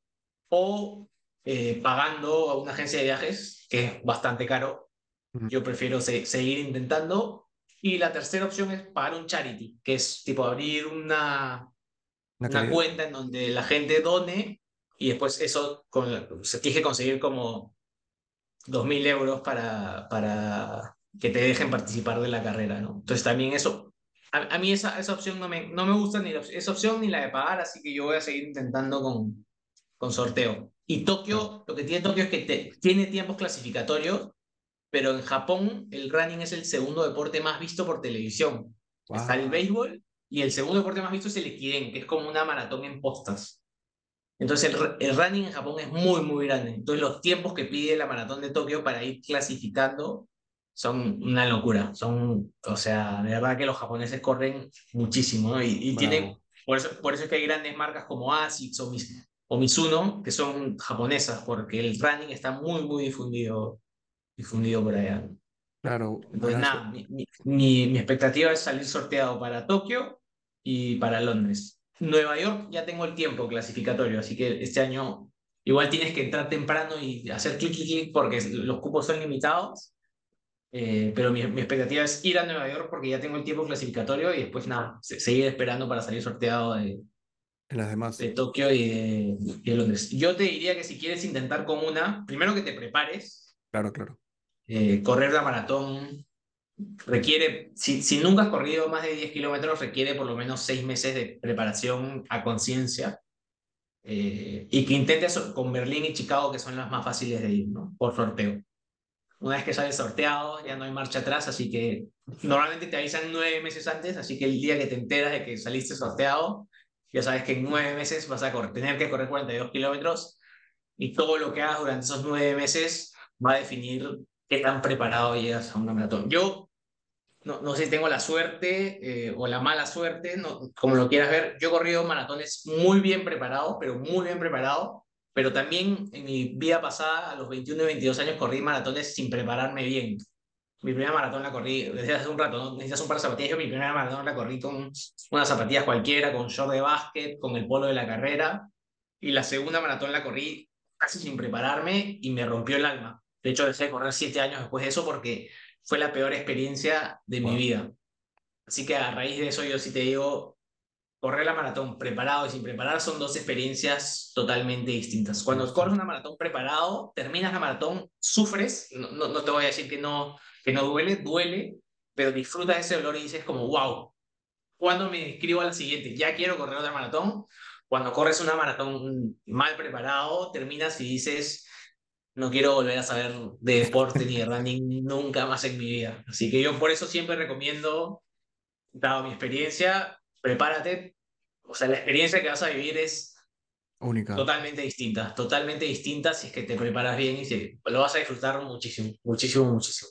Speaker 1: o eh, pagando a una agencia de viajes, que es bastante caro.
Speaker 2: Mm,
Speaker 1: Yo prefiero se- seguir intentando. Y la tercera opción es pagar un charity, que es tipo abrir una,
Speaker 2: ¿una
Speaker 1: una
Speaker 2: caridad?
Speaker 1: cuenta en donde la gente done y después eso con, se tiene que conseguir como dos mil euros para, para que te dejen participar de la carrera, ¿no? Entonces también eso, a, a mí esa, esa opción no me, no me gusta ni la, op- esa opción ni la de pagar, así que yo voy a seguir intentando con, con sorteo. Y
Speaker 2: Claro.
Speaker 1: Tokio, lo que tiene Tokio es que te- tiene tiempos clasificatorios, pero en Japón el running es el segundo deporte más visto por televisión. Está el
Speaker 2: Wow.
Speaker 1: béisbol y el segundo deporte más visto es el equidén, que es como una maratón en postas. Entonces el, el running en Japón es muy, muy grande. Entonces los tiempos que pide la maratón de Tokio para ir clasificando son una locura. Son, o sea, de verdad que los japoneses corren muchísimo, ¿no? Y, y tienen,
Speaker 2: Bravo.
Speaker 1: por eso, por eso es que hay grandes marcas como ASICS o, Mis- o Mizuno, que son japonesas, porque el running está muy, muy difundido, difundido por allá.
Speaker 2: Claro,
Speaker 1: Entonces,
Speaker 2: buenazo.
Speaker 1: nada, mi, mi, mi- mi expectativa es salir sorteado para Tokio y para Londres. Nueva York ya tengo el tiempo clasificatorio, así que este año igual tienes que entrar temprano y hacer clic, clic, clic, porque los cupos son limitados. Eh, pero mi, mi expectativa es ir a Nueva York porque ya tengo el tiempo clasificatorio y después nada, se- seguir esperando para salir sorteado de,
Speaker 2: En las
Speaker 1: de
Speaker 2: demás.
Speaker 1: Tokio y de, y de Londres. Yo te diría que si quieres intentar con una, primero que te prepares,
Speaker 2: Claro, claro.
Speaker 1: eh, correr la maratón requiere, si, si nunca has corrido más de diez kilómetros, requiere por lo menos seis meses de preparación a conciencia. Eh, y que intentes con Berlín y Chicago, que son las más fáciles de ir, ¿no? Por sorteo. Una vez que sales sorteado, ya no hay marcha atrás, así que normalmente te avisan nueve meses antes, así que el día que te enteras de que saliste sorteado, ya sabes que en nueve meses vas a correr, tener que correr cuarenta y dos kilómetros y todo lo que hagas durante esos nueve meses va a definir qué tan preparado llegas a una maratón. Yo no, no sé si tengo la suerte eh, o la mala suerte, no, como lo quieras ver. Yo he corrido maratones muy bien preparado, pero muy bien preparado. Pero también en mi vida pasada, a los veintiuno y veintidós años, corrí maratones sin prepararme bien. Mi primera maratón la corrí desde hace un rato, ¿no? Necesitas un par de zapatillas. Yo mi primera maratón la corrí con unas zapatillas cualquiera, con short de básquet, con el polo de la carrera. Y la segunda maratón la corrí casi sin prepararme y me rompió el alma. De hecho, dejé de correr siete años después de eso porque fue la peor experiencia de mi
Speaker 2: Wow.
Speaker 1: vida. Así que a raíz de eso yo sí te digo, correr la maratón preparado y sin preparar son dos experiencias totalmente distintas. Cuando corres
Speaker 2: Distinto.
Speaker 1: una maratón preparado, terminas la maratón, sufres, no, no, no te voy a decir que no, que no duele, duele, pero disfrutas ese dolor y dices como, wow, ¿cuándo me inscribo a la siguiente? Ya quiero correr otra maratón. Cuando corres una maratón mal preparado, terminas y dices, no quiero volver a saber de deporte ni de running nunca más en mi vida. Así que yo por eso siempre recomiendo, dado mi experiencia, prepárate. O sea, la experiencia que vas a vivir es
Speaker 2: Única.
Speaker 1: totalmente distinta, totalmente distinta si es que te preparas bien y si, lo vas a disfrutar muchísimo, muchísimo, muchísimo.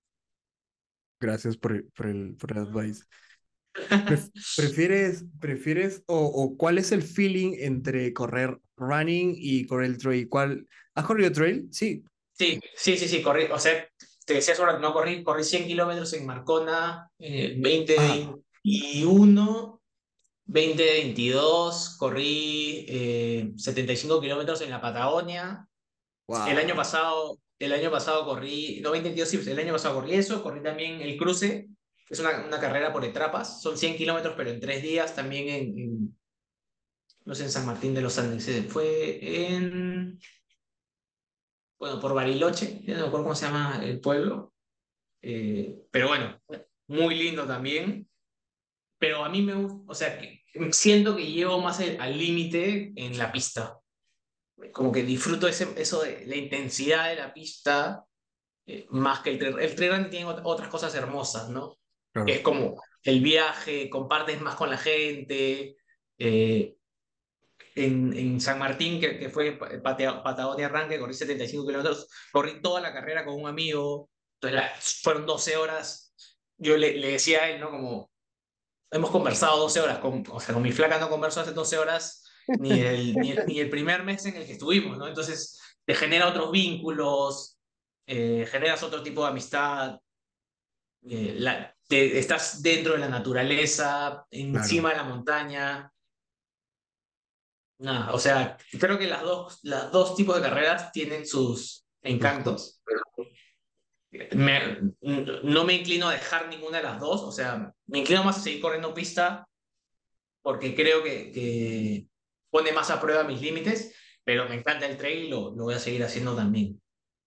Speaker 2: Gracias por, el- por el, por el advice. Pref- ¿Prefieres, prefieres o, o cuál es el feeling entre correr running y correr el trail? ¿Cuál? ¿Has corrido trail? Sí.
Speaker 1: Sí, sí, sí, sí, corrí. O sea, te decía sobre, no corrí, corrí cien kilómetros en Marcona, eh,
Speaker 2: Ah,
Speaker 1: dos mil veintiuno, dos mil veintidós, corrí eh, setenta y cinco kilómetros en la Patagonia. El año
Speaker 2: wow,
Speaker 1: pasado, el año pasado corrí, no, dos mil veintidós, sí, el año pasado corrí eso, corrí también el cruce, que es una, una carrera por etapas, son cien kilómetros, pero en tres días también en, en, no sé, en San Martín de los Andes. eh, Fue en, bueno, por Bariloche, ya no me acuerdo cómo se llama el pueblo, eh, pero bueno, muy lindo también. Pero a mí me gusta, o sea, que siento que llevo más el- al límite en la pista. Como que disfruto ese, eso de la intensidad de la pista, eh, más que el trail. El trail running tiene ot- otras cosas hermosas, ¿no? Que es
Speaker 2: claro.
Speaker 1: como el viaje, compartes más con la gente. eh, en, en San Martín, que, que fue Patea- Patagonia Arranque, corrí setenta y cinco kilómetros, corrí toda la carrera con un amigo, entonces la- fueron doce horas. Yo le, le decía a él, ¿no? Como, hemos conversado doce horas, con, o sea, con mi flaca no converso hace doce horas ni el, ni, el, ni el primer mes en el que estuvimos, ¿no? Entonces te genera otros vínculos, eh, generas otro tipo de amistad, eh, la, te, estás dentro de la naturaleza,
Speaker 2: Claro,
Speaker 1: encima de la montaña. Nada, o sea, creo que las dos, las dos tipos de carreras tienen sus
Speaker 2: sus co-
Speaker 1: encantos. Me- no me inclino a dejar ninguna de las dos, o sea, me inclino más a seguir corriendo pista porque creo que, que pone más a prueba mis límites, pero me encanta el trail y lo, lo voy a seguir haciendo también.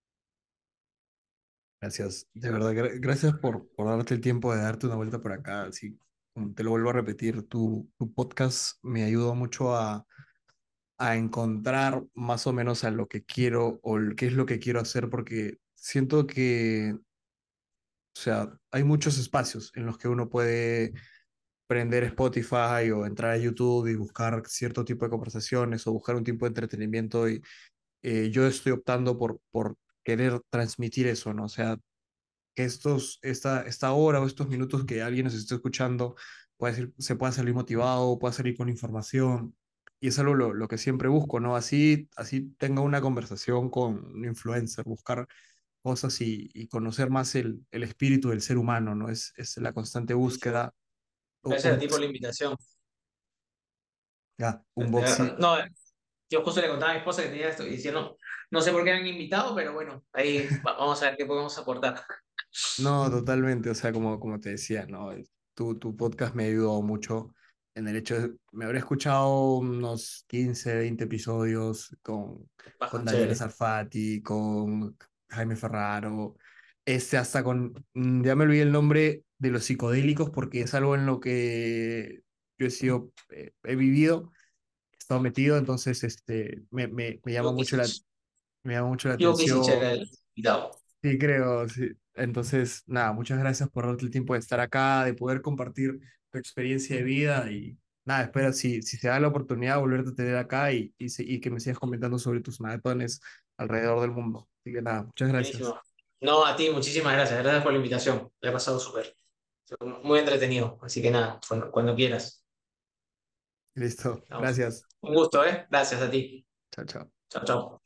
Speaker 2: gracias, de verdad, gra- gracias por, por darte el tiempo de darte una vuelta por acá. Así, como te lo vuelvo a repetir, tu, tu podcast me ayudó mucho a, a encontrar más o menos a lo que quiero o el- qué es lo que quiero hacer, porque siento que, o sea, hay muchos espacios en los que uno puede prender Spotify o entrar a YouTube y buscar cierto tipo de conversaciones o buscar un tipo de entretenimiento y eh, yo estoy optando por, por querer transmitir eso, ¿no? O sea, que estos, esta, esta hora o estos minutos que alguien nos esté escuchando puede ser, se pueda salir motivado, pueda salir con información. Y es algo lo, lo que siempre busco, ¿no? Así, así tenga una conversación con un influencer, buscar cosas y, y conocer más el, el espíritu del ser humano, ¿no? Es, es la constante
Speaker 1: Buenísimo.
Speaker 2: búsqueda. U-
Speaker 1: Gracias
Speaker 2: Un
Speaker 1: a ti por
Speaker 2: box,
Speaker 1: la invitación.
Speaker 2: ya,
Speaker 1: De
Speaker 2: un
Speaker 1: verdad.
Speaker 2: boxy.
Speaker 1: No, yo justo le contaba a mi esposa que tenía esto y decía, no, no sé por qué me han invitado, pero bueno, ahí va- vamos a ver qué podemos aportar.
Speaker 2: No, totalmente, o sea, como, como te decía, ¿no? Tu, tu podcast me ayudó mucho en el hecho de, me habré escuchado unos quince veinte episodios con, con
Speaker 1: Baja,
Speaker 2: Daniela
Speaker 1: chévere.
Speaker 2: Sarfati, con Jaime Ferraro, este hasta con, mm, ya me olvidé el nombre de los psicodélicos porque es algo en lo que yo he sido, eh, he vivido, he estado metido, entonces este, me, me, me llama
Speaker 1: Digo que
Speaker 2: mucho la,
Speaker 1: sí,
Speaker 2: me llama mucho la
Speaker 1: digo que sí,
Speaker 2: atención.
Speaker 1: chévere el invitado.
Speaker 2: Sí, creo, sí. Entonces, nada, muchas gracias por darte el tiempo de estar acá, de poder compartir tu experiencia de vida y nada, espero si, si se da la oportunidad volverte a tener acá y, y, se- y que me sigas comentando sobre tus maratones alrededor del mundo. Así que nada, muchas gracias.
Speaker 1: Buenísimo. No, a ti, muchísimas gracias. Gracias por la invitación. Le he pasado súper. Muy entretenido. Así que nada, cuando, cuando quieras.
Speaker 2: Listo,
Speaker 1: Vamos.
Speaker 2: gracias.
Speaker 1: Un gusto, ¿eh? Gracias a ti.
Speaker 2: Chao, chao.
Speaker 1: Chao, chao.